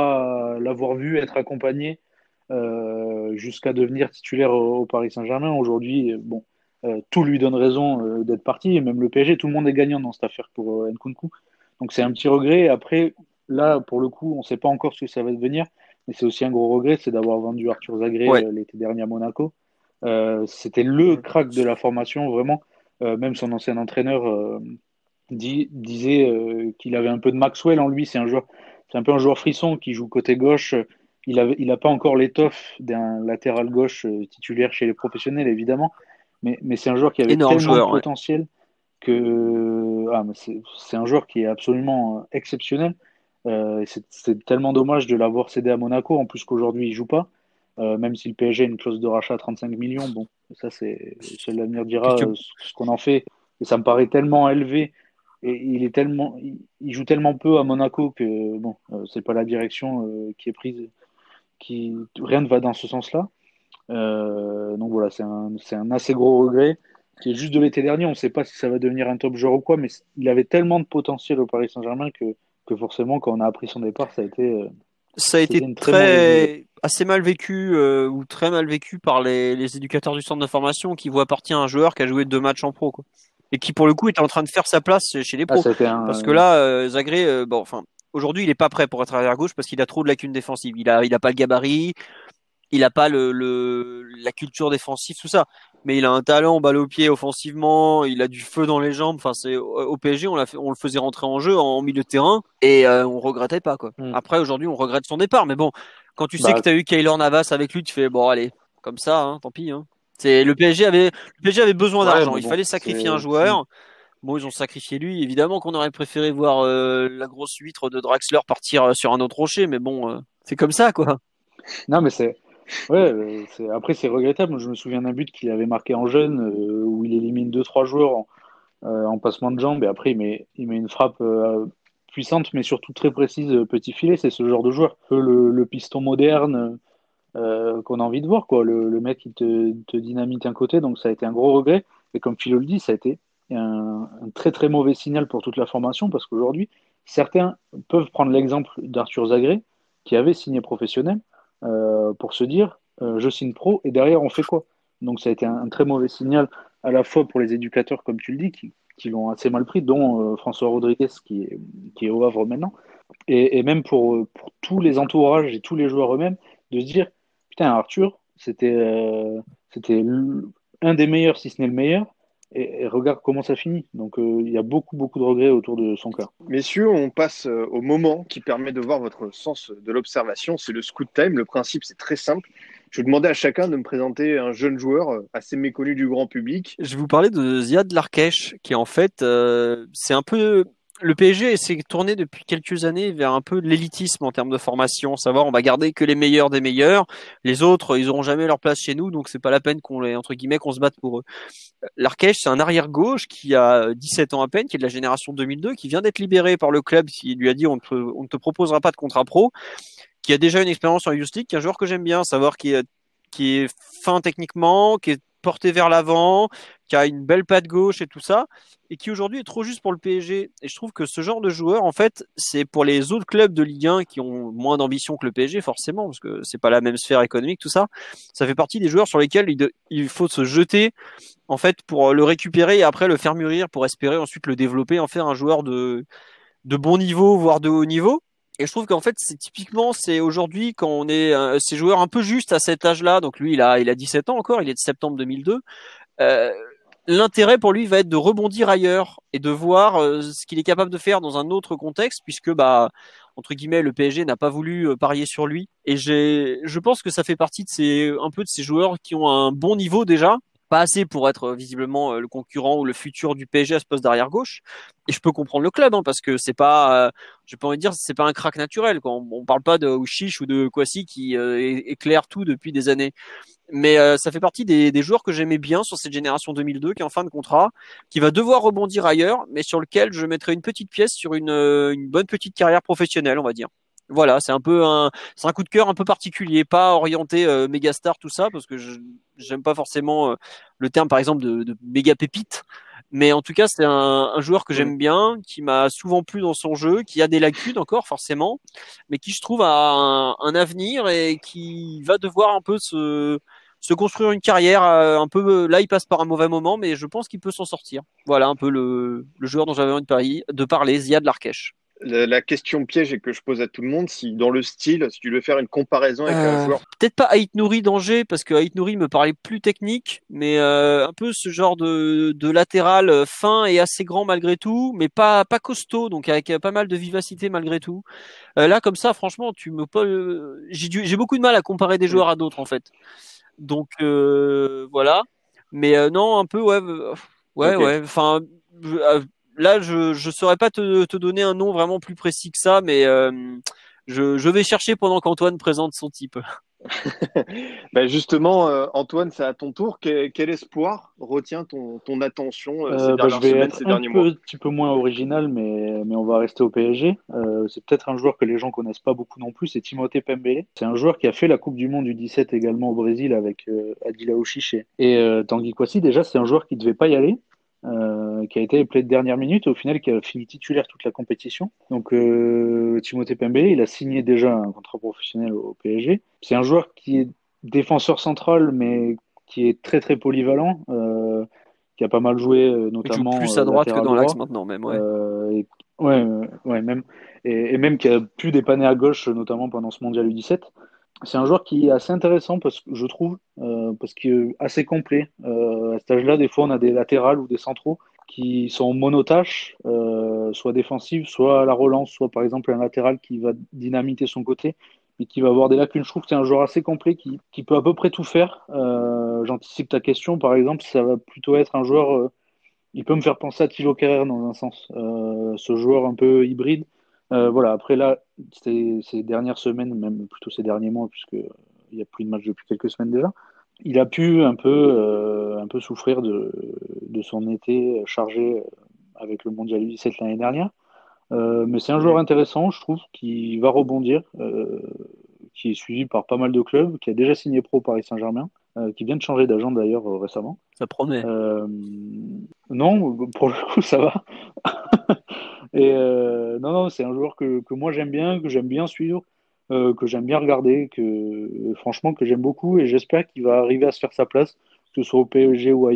pas l'avoir vu être accompagné euh, jusqu'à devenir titulaire au, au Paris Saint-Germain. Aujourd'hui, euh, bon, euh, tout lui donne raison euh, d'être parti, et même le P S G, tout le monde est gagnant dans cette affaire pour euh, Nkunku. Donc c'est un petit regret. Après, là, pour le coup, on ne sait pas encore ce que ça va devenir, mais c'est aussi un gros regret, c'est d'avoir vendu Arthur Zagré Ouais. euh, l'été dernier à Monaco. Euh, c'était le Mm. crack de la formation, vraiment. Euh, même son ancien entraîneur euh, dit, disait euh, qu'il avait un peu de Maxwell en lui. C'est un joueur, c'est un peu un joueur frisson qui joue côté gauche. Il avait, il a pas encore l'étoffe d'un latéral gauche euh, titulaire chez les professionnels, évidemment, mais, mais c'est un joueur qui avait Énorme tellement de joueur, ouais. potentiel que ah, mais c'est, c'est un joueur qui est absolument euh, exceptionnel. Euh, et c'est, c'est tellement dommage de l'avoir cédé à Monaco, en plus qu'aujourd'hui il joue pas. Euh, même si le P S G a une clause de rachat à trente-cinq millions, bon, ça c'est seul l'avenir dira Puis tu- euh, ce ce qu'on en fait. Et ça me paraît tellement élevé. Et il est tellement, il, il joue tellement peu à Monaco que bon, euh, c'est pas la direction euh, qui est prise, qui rien ne va dans ce sens-là. Euh, donc voilà, c'est un, c'est un assez gros regret qui est juste de l'été dernier. On ne sait pas si ça va devenir un top joueur ou quoi, mais il avait tellement de potentiel au Paris Saint-Germain que, que forcément, quand on a appris son départ, ça a été, euh, Ça a été c'était une très mauvaise nouvelle. très assez mal vécu euh, ou très mal vécu par les, les éducateurs du centre de formation qui voient partir un joueur qui a joué deux matchs en pro, quoi. Et qui pour le coup était en train de faire sa place chez les Ah, pros. ça a été un, Parce que là, euh, Zagré, euh, bon, enfin, aujourd'hui, il est pas prêt pour être arrière gauche parce qu'il a trop de lacunes défensives. Il a, il a pas le gabarit, il a pas le, le, la culture défensive, tout ça. Mais il a un talent, balle au pied, offensivement. Il a du feu dans les jambes. Enfin, c'est au P S G, on l'a fait, on le faisait rentrer en jeu en milieu de terrain et euh, on regrettait pas, quoi. Hmm. Après, aujourd'hui, on regrette son départ. Mais bon, quand tu sais bah, que t'as eu Keylor Navas avec lui, tu fais bon, allez, comme ça, hein, tant pis. Hein. C'est le P S G avait, le P S G avait besoin ouais, d'argent. mais Il bon, fallait sacrifier c'est, un joueur. Bon, ils ont sacrifié lui. Évidemment qu'on aurait préféré voir euh, la grosse huître de Draxler partir euh, sur un autre rocher, mais bon, euh, c'est comme ça, quoi. non, mais c'est, ouais, euh, c'est, après, c'est regrettable. Je me souviens d'un but qu'il avait marqué en jeune, euh, où il élimine deux, trois joueurs en, euh, en passement de jambes, et après, il met, il met une frappe euh, puissante, mais surtout très précise, euh, petit filet. C'est ce genre de joueur, un peu le, le piston moderne euh, qu'on a envie de voir, quoi. Le, le mec, il te, te dynamite un côté, donc ça a été un gros regret. Et comme Philo le dit, ça a été un, un très très mauvais signal pour toute la formation, parce qu'aujourd'hui, certains peuvent prendre l'exemple d'Arthur Zagré, qui avait signé professionnel, euh, pour se dire, euh, je signe pro, et derrière, on fait quoi? Donc ça a été un, un très mauvais signal à la fois pour les éducateurs, comme tu le dis, qui, qui l'ont assez mal pris, dont euh, François Rodriguez, qui est, qui est au Havre maintenant, et, et même pour, euh, pour tous les entourages et tous les joueurs eux-mêmes, de se dire, putain, Arthur, c'était euh, c'était l- un des meilleurs, si ce n'est le meilleur, et, et regarde comment ça finit. Donc euh, il y a beaucoup, beaucoup de regrets autour de son cas. Messieurs, on passe euh, au moment qui permet de voir votre sens de l'observation. C'est le scout time. Le principe, c'est très simple. Je vais demander à chacun de me présenter un jeune joueur euh, assez méconnu du grand public. Je vais vous parler de Ziad Larkesh, qui en fait, euh, c'est un peu le P S G s'est tourné depuis quelques années vers un peu l'élitisme en termes de formation, savoir on va garder que les meilleurs des meilleurs, les autres ils auront jamais leur place chez nous, donc c'est pas la peine qu'on les entre guillemets qu'on se batte pour eux. Larkesh, c'est un arrière gauche qui a dix-sept ans à peine, qui est de la génération deux mille deux, qui vient d'être libéré par le club, qui lui a dit on ne te, on ne te proposera pas de contrat pro, qui a déjà une expérience en Youth League, qui est un joueur que j'aime bien, savoir qui est qui est fin techniquement, qui est porté vers l'avant, qui a une belle patte gauche et tout ça, et qui aujourd'hui est trop juste pour le P S G. Et je trouve que ce genre de joueur, en fait, c'est pour les autres clubs de Ligue un qui ont moins d'ambition que le P S G, forcément, parce que c'est pas la même sphère économique, tout ça. Ça fait partie des joueurs sur lesquels il, de, il faut se jeter, en fait, pour le récupérer et après le faire mûrir, pour espérer ensuite le développer, en faire un joueur de, de bon niveau, voire de haut niveau. Et je trouve qu'en fait, c'est typiquement, c'est aujourd'hui quand on est euh, ces joueurs un peu justes à cet âge-là. Donc lui, il a, il a dix-sept ans encore, il est de septembre deux mille deux. Euh, L'intérêt pour lui va être de rebondir ailleurs et de voir euh, ce qu'il est capable de faire dans un autre contexte, puisque bah entre guillemets le P S G n'a pas voulu euh, parier sur lui. Et j'ai, je pense que ça fait partie de ces un peu de ces joueurs qui ont un bon niveau déjà. Pas assez pour être euh, visiblement euh, le concurrent ou le futur du P S G à ce poste d'arrière gauche. Et je peux comprendre le club, hein, parce que c'est pas, euh, j'ai pas envie de dire, c'est pas un crack naturel. Quoi. On, on parle pas de Ouchiche ou de Kwasi qui euh, é- éclaire tout depuis des années. Mais euh, ça fait partie des, des joueurs que j'aimais bien sur cette génération deux mille deux, qui est en fin de contrat, qui va devoir rebondir ailleurs, mais sur lequel je mettrai une petite pièce sur une, euh, une bonne petite carrière professionnelle, on va dire. Voilà, c'est un peu un, c'est un coup de cœur un peu particulier, pas orienté euh, méga star tout ça, parce que je j'aime pas forcément euh, le terme par exemple de, de méga pépite, mais en tout cas c'est un, un joueur que j'aime bien, qui m'a souvent plu dans son jeu, qui a des lacunes encore forcément, mais qui je trouve a un, un avenir et qui va devoir un peu se se construire une carrière euh, un peu. Là, il passe par un mauvais moment, mais je pense qu'il peut s'en sortir. Voilà un peu le, le joueur dont j'avais envie de parler, de parler, Ziad Larkesh. La, la question piège et que je pose à tout le monde, si dans le style, si tu veux faire une comparaison avec un Euh, joueur. peut-être pas Ait Nouri d'Angers, parce que Ait Nouri me parlait plus technique, mais euh, un peu ce genre de, de latéral euh, fin et assez grand malgré tout, mais pas pas costaud, donc avec euh, pas mal de vivacité malgré tout. Euh, là, comme ça, franchement, tu me pas, euh, j'ai du- j'ai beaucoup de mal à comparer des joueurs à d'autres en fait. Donc euh, voilà. Mais euh, non, un peu ouais, euh, ouais, Ok. ouais. Enfin, je- euh, là, je je saurais pas te te donner un nom vraiment plus précis que ça, mais euh, je je vais chercher pendant qu'Antoine présente son type. Ben justement, euh, Antoine, c'est à ton tour. Quel, quel espoir retient ton, ton attention euh, ces Euh, bah, je dernières vais semaines, être ces un derniers mois? peu, petit peu moins original, mais, mais on va rester au P S G. Euh, c'est peut-être un joueur que les gens connaissent pas beaucoup non plus, c'est Timothée Pembele. C'est un joueur qui a fait la Coupe du Monde U dix-sept également au Brésil avec euh, Adila Ouchiche et euh, Tanguy Kouassi. Déjà, c'est un joueur qui devait pas y aller, euh, qui a été appelé de dernière minute, au final qui a fini titulaire toute la compétition. Donc euh, Timothée Pembele, il a signé déjà un contrat professionnel au P S G. C'est un joueur qui est défenseur central, mais qui est très très polyvalent. Euh, qui a pas mal joué, euh, Il joue notamment plus euh, à droite que latéral dans l'axe droit. maintenant même, ouais. Euh, et, ouais, euh, ouais, même, et, et même qui a pu dépanner à gauche, notamment pendant ce mondial U dix-sept. C'est un joueur qui est assez intéressant, parce que je trouve, euh, parce qu'il est assez complet. Euh, à cet âge-là, des fois, on a des latérales ou des centraux qui sont monotâches, euh, soit défensives, soit à la relance, soit par exemple un latéral qui va dynamiter son côté, mais qui va avoir des lacunes. Je trouve que c'est un joueur assez complet qui, qui peut à peu près tout faire. Euh, j'anticipe ta question, par exemple, ça va plutôt être un joueur, euh, il peut me faire penser à Thilo Kehrer dans un sens, euh, ce joueur un peu hybride. Euh, voilà, après là, ces, ces dernières semaines, même plutôt ces derniers mois, puisque il n'y a plus de match depuis quelques semaines déjà, il a pu un peu, euh, un peu souffrir de, de son été chargé avec le Mondial U dix-sept l'année dernière. Euh, mais c'est un joueur Mhm. intéressant, je trouve, qui va rebondir, euh, qui est suivi par pas mal de clubs, qui a déjà signé pro au Paris Saint-Germain, euh, qui vient de changer d'agent d'ailleurs euh, récemment. Ça promet. Euh, non, pour le coup, ça va. Et euh, non, non, c'est un joueur que, que moi j'aime bien, que j'aime bien suivre, euh, que j'aime bien regarder, que euh, franchement que j'aime beaucoup, et j'espère qu'il va arriver à se faire sa place, que ce soit au P S G ou ailleurs.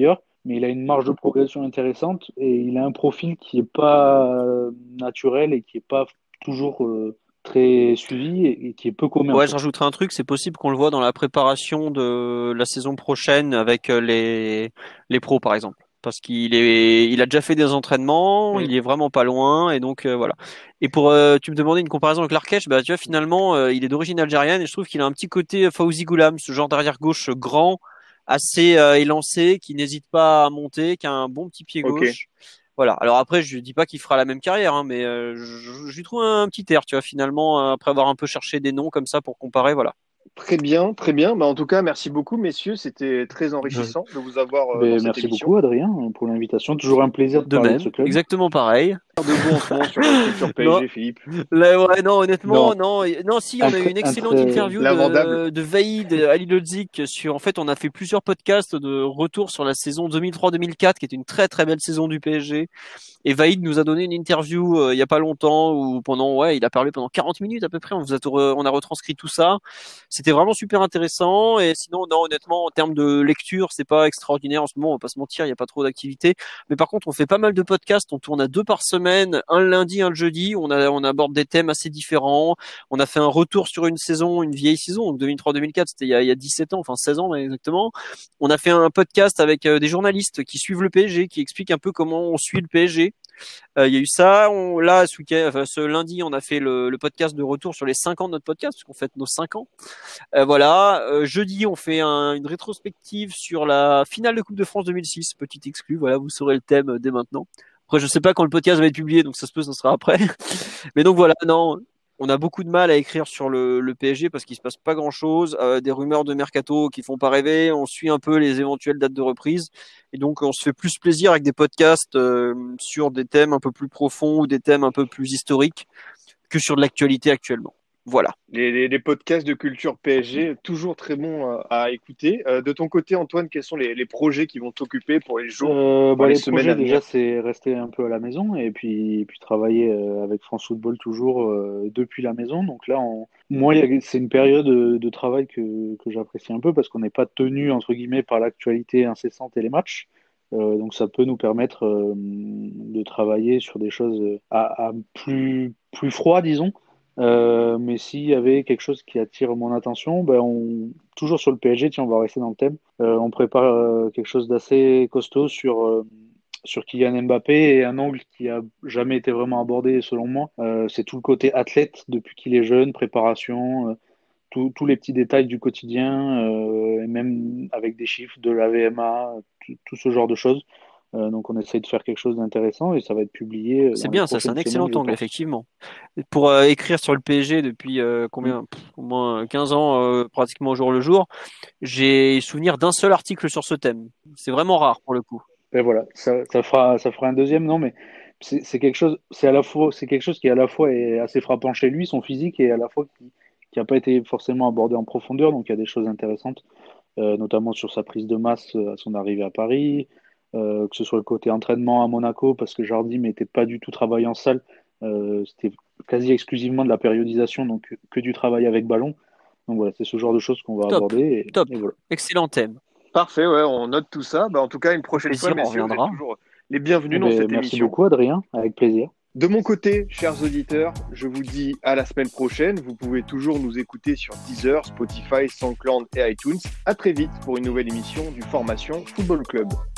mais il a une marge de progression intéressante et il a un profil qui est pas euh, naturel et qui est pas toujours euh, très suivi et, et qui est peu commun. Ouais, je rajouterai un truc, c'est possible qu'on le voit dans la préparation de la saison prochaine avec les les pros par exemple. Parce qu'il est, il a déjà fait des entraînements, Mm. il est vraiment pas loin, et donc euh, voilà. Et pour, euh, tu me demandais une comparaison avec l'Arkesh, bah tu vois finalement, euh, il est d'origine algérienne et je trouve qu'il a un petit côté Fawzi Goulam, ce genre d'arrière gauche grand, assez euh, élancé, qui n'hésite pas à monter, qui a un bon petit pied Ok. gauche. Voilà. Alors après, je dis pas qu'il fera la même carrière, hein, mais euh, je, je lui trouve un petit air, tu vois, finalement, après avoir un peu cherché des noms comme ça pour comparer, voilà. Très bien, très bien. Bah, en tout cas, merci beaucoup, messieurs. C'était très enrichissant de vous avoir euh, dans Ben, cette merci émission. beaucoup Adrien pour l'invitation. Toujours un plaisir de, De parler même, de ce club. exactement pareil. De vous en ce moment sur la culture P S G, Non. Philippe. Là, ouais, non, honnêtement, Non. non, non, si, on a eu une Un excellente très- interview de, L'invendable. de Vaïd Ali Lodzik sur, en fait, on a fait plusieurs podcasts de retour sur la saison deux mille trois deux mille quatre, qui est une très très belle saison du P S G. Et Vaïd nous a donné une interview euh, il y a pas longtemps où pendant, ouais, il a parlé pendant quarante minutes à peu près. On vous a, on a retranscrit tout ça. C'était vraiment super intéressant. Et sinon, non, honnêtement, en termes de lecture, c'est pas extraordinaire en ce moment. On va pas se mentir, il y a pas trop d'activité. Mais par contre, on fait pas mal de podcasts. On tourne à deux par semaine, un le lundi, un le jeudi. On a, on aborde des thèmes assez différents. On a fait un retour sur une saison, une vieille saison, donc deux mille trois deux mille quatre, c'était il y a, il y a dix-sept ans, enfin seize ans exactement. On a fait un podcast avec euh, des journalistes qui suivent le P S G, qui expliquent un peu comment on suit le P S G. Euh, il y a eu ça. On, là, ce week-end, enfin, ce lundi, on a fait le, le podcast de retour sur les cinq ans de notre podcast, parce qu'on fête nos cinq ans. Euh, voilà. Euh, jeudi, on fait un, une rétrospective sur la finale de Coupe de France deux mille six. Petit exclu. Voilà, vous saurez le thème dès maintenant. Après, je sais pas quand le podcast va être publié, donc ça se peut, ça sera après. Mais donc voilà, non. On a beaucoup de mal à écrire sur le, le P S G parce qu'il se passe pas grand chose, euh, des rumeurs de mercato qui font pas rêver, on suit un peu les éventuelles dates de reprise et donc on se fait plus plaisir avec des podcasts euh, sur des thèmes un peu plus profonds ou des thèmes un peu plus historiques que sur de l'actualité actuellement. Voilà. Les, les, les podcasts de culture P S G, toujours très bons à, à écouter. Euh, de ton côté, Antoine, quels sont les, les projets qui vont t'occuper pour les jours, Euh, pour bah, les les semaines projets, à venir? déjà, c'est rester un peu à la maison et puis, et puis travailler euh, avec France Football toujours euh, depuis la maison. Donc là, on... moi, il y a- c'est une période de, de travail que, que j'apprécie un peu parce qu'on n'est pas tenu, entre guillemets, par l'actualité incessante et les matchs. Euh, donc ça peut nous permettre euh, de travailler sur des choses à, à plus, plus froid, disons. Euh, mais s'il y avait quelque chose qui attire mon attention, ben on... toujours sur le P S G, tiens, on va rester dans le thème. Euh, on prépare euh, quelque chose d'assez costaud sur, euh, sur Kylian Mbappé et un angle qui a jamais été vraiment abordé selon moi. Euh, c'est tout le côté athlète depuis qu'il est jeune, préparation, euh, tout- tous les petits détails du quotidien, euh, et même avec des chiffres de la V M A, tout, tout ce genre de choses. Euh, donc on essaye de faire quelque chose d'intéressant et ça va être publié dans C'est les bien, ça, c'est un prochaines excellent semaines, je angle, pense. effectivement. Pour euh, écrire sur le P S G depuis euh, combien, pff, au moins quinze ans, euh, pratiquement au jour le jour, j'ai souvenir d'un seul article sur ce thème. C'est vraiment rare pour le coup. Et voilà, ça, ça fera, ça fera un deuxième, non, mais c'est c'est quelque chose, c'est à la fois, c'est quelque chose qui à la fois est assez frappant chez lui, son physique, et à la fois qui, qui a pas été forcément abordé en profondeur, donc il y a des choses intéressantes, euh, notamment sur sa prise de masse euh, à son arrivée à Paris, euh, que ce soit le côté entraînement à Monaco, parce que Jardim n'était pas du tout travaillé en salle, euh, c'était quasi exclusivement de la périodisation, donc que du travail avec ballon. Donc voilà, c'est ce genre de choses qu'on va Top, aborder, et, top, et voilà. excellent thème. Parfait, ouais, on note tout ça. Bah, en tout cas, une prochaine plaisir, fois, on messieurs, vous êtes reviendra. toujours les bienvenus Eh dans ben, cette merci émission. beaucoup, Adrien, avec plaisir. De mon côté, chers auditeurs, je vous dis à la semaine prochaine. Vous pouvez toujours nous écouter sur Deezer, Spotify, SoundCloud et iTunes. À très vite pour une nouvelle émission du Formation Football Club.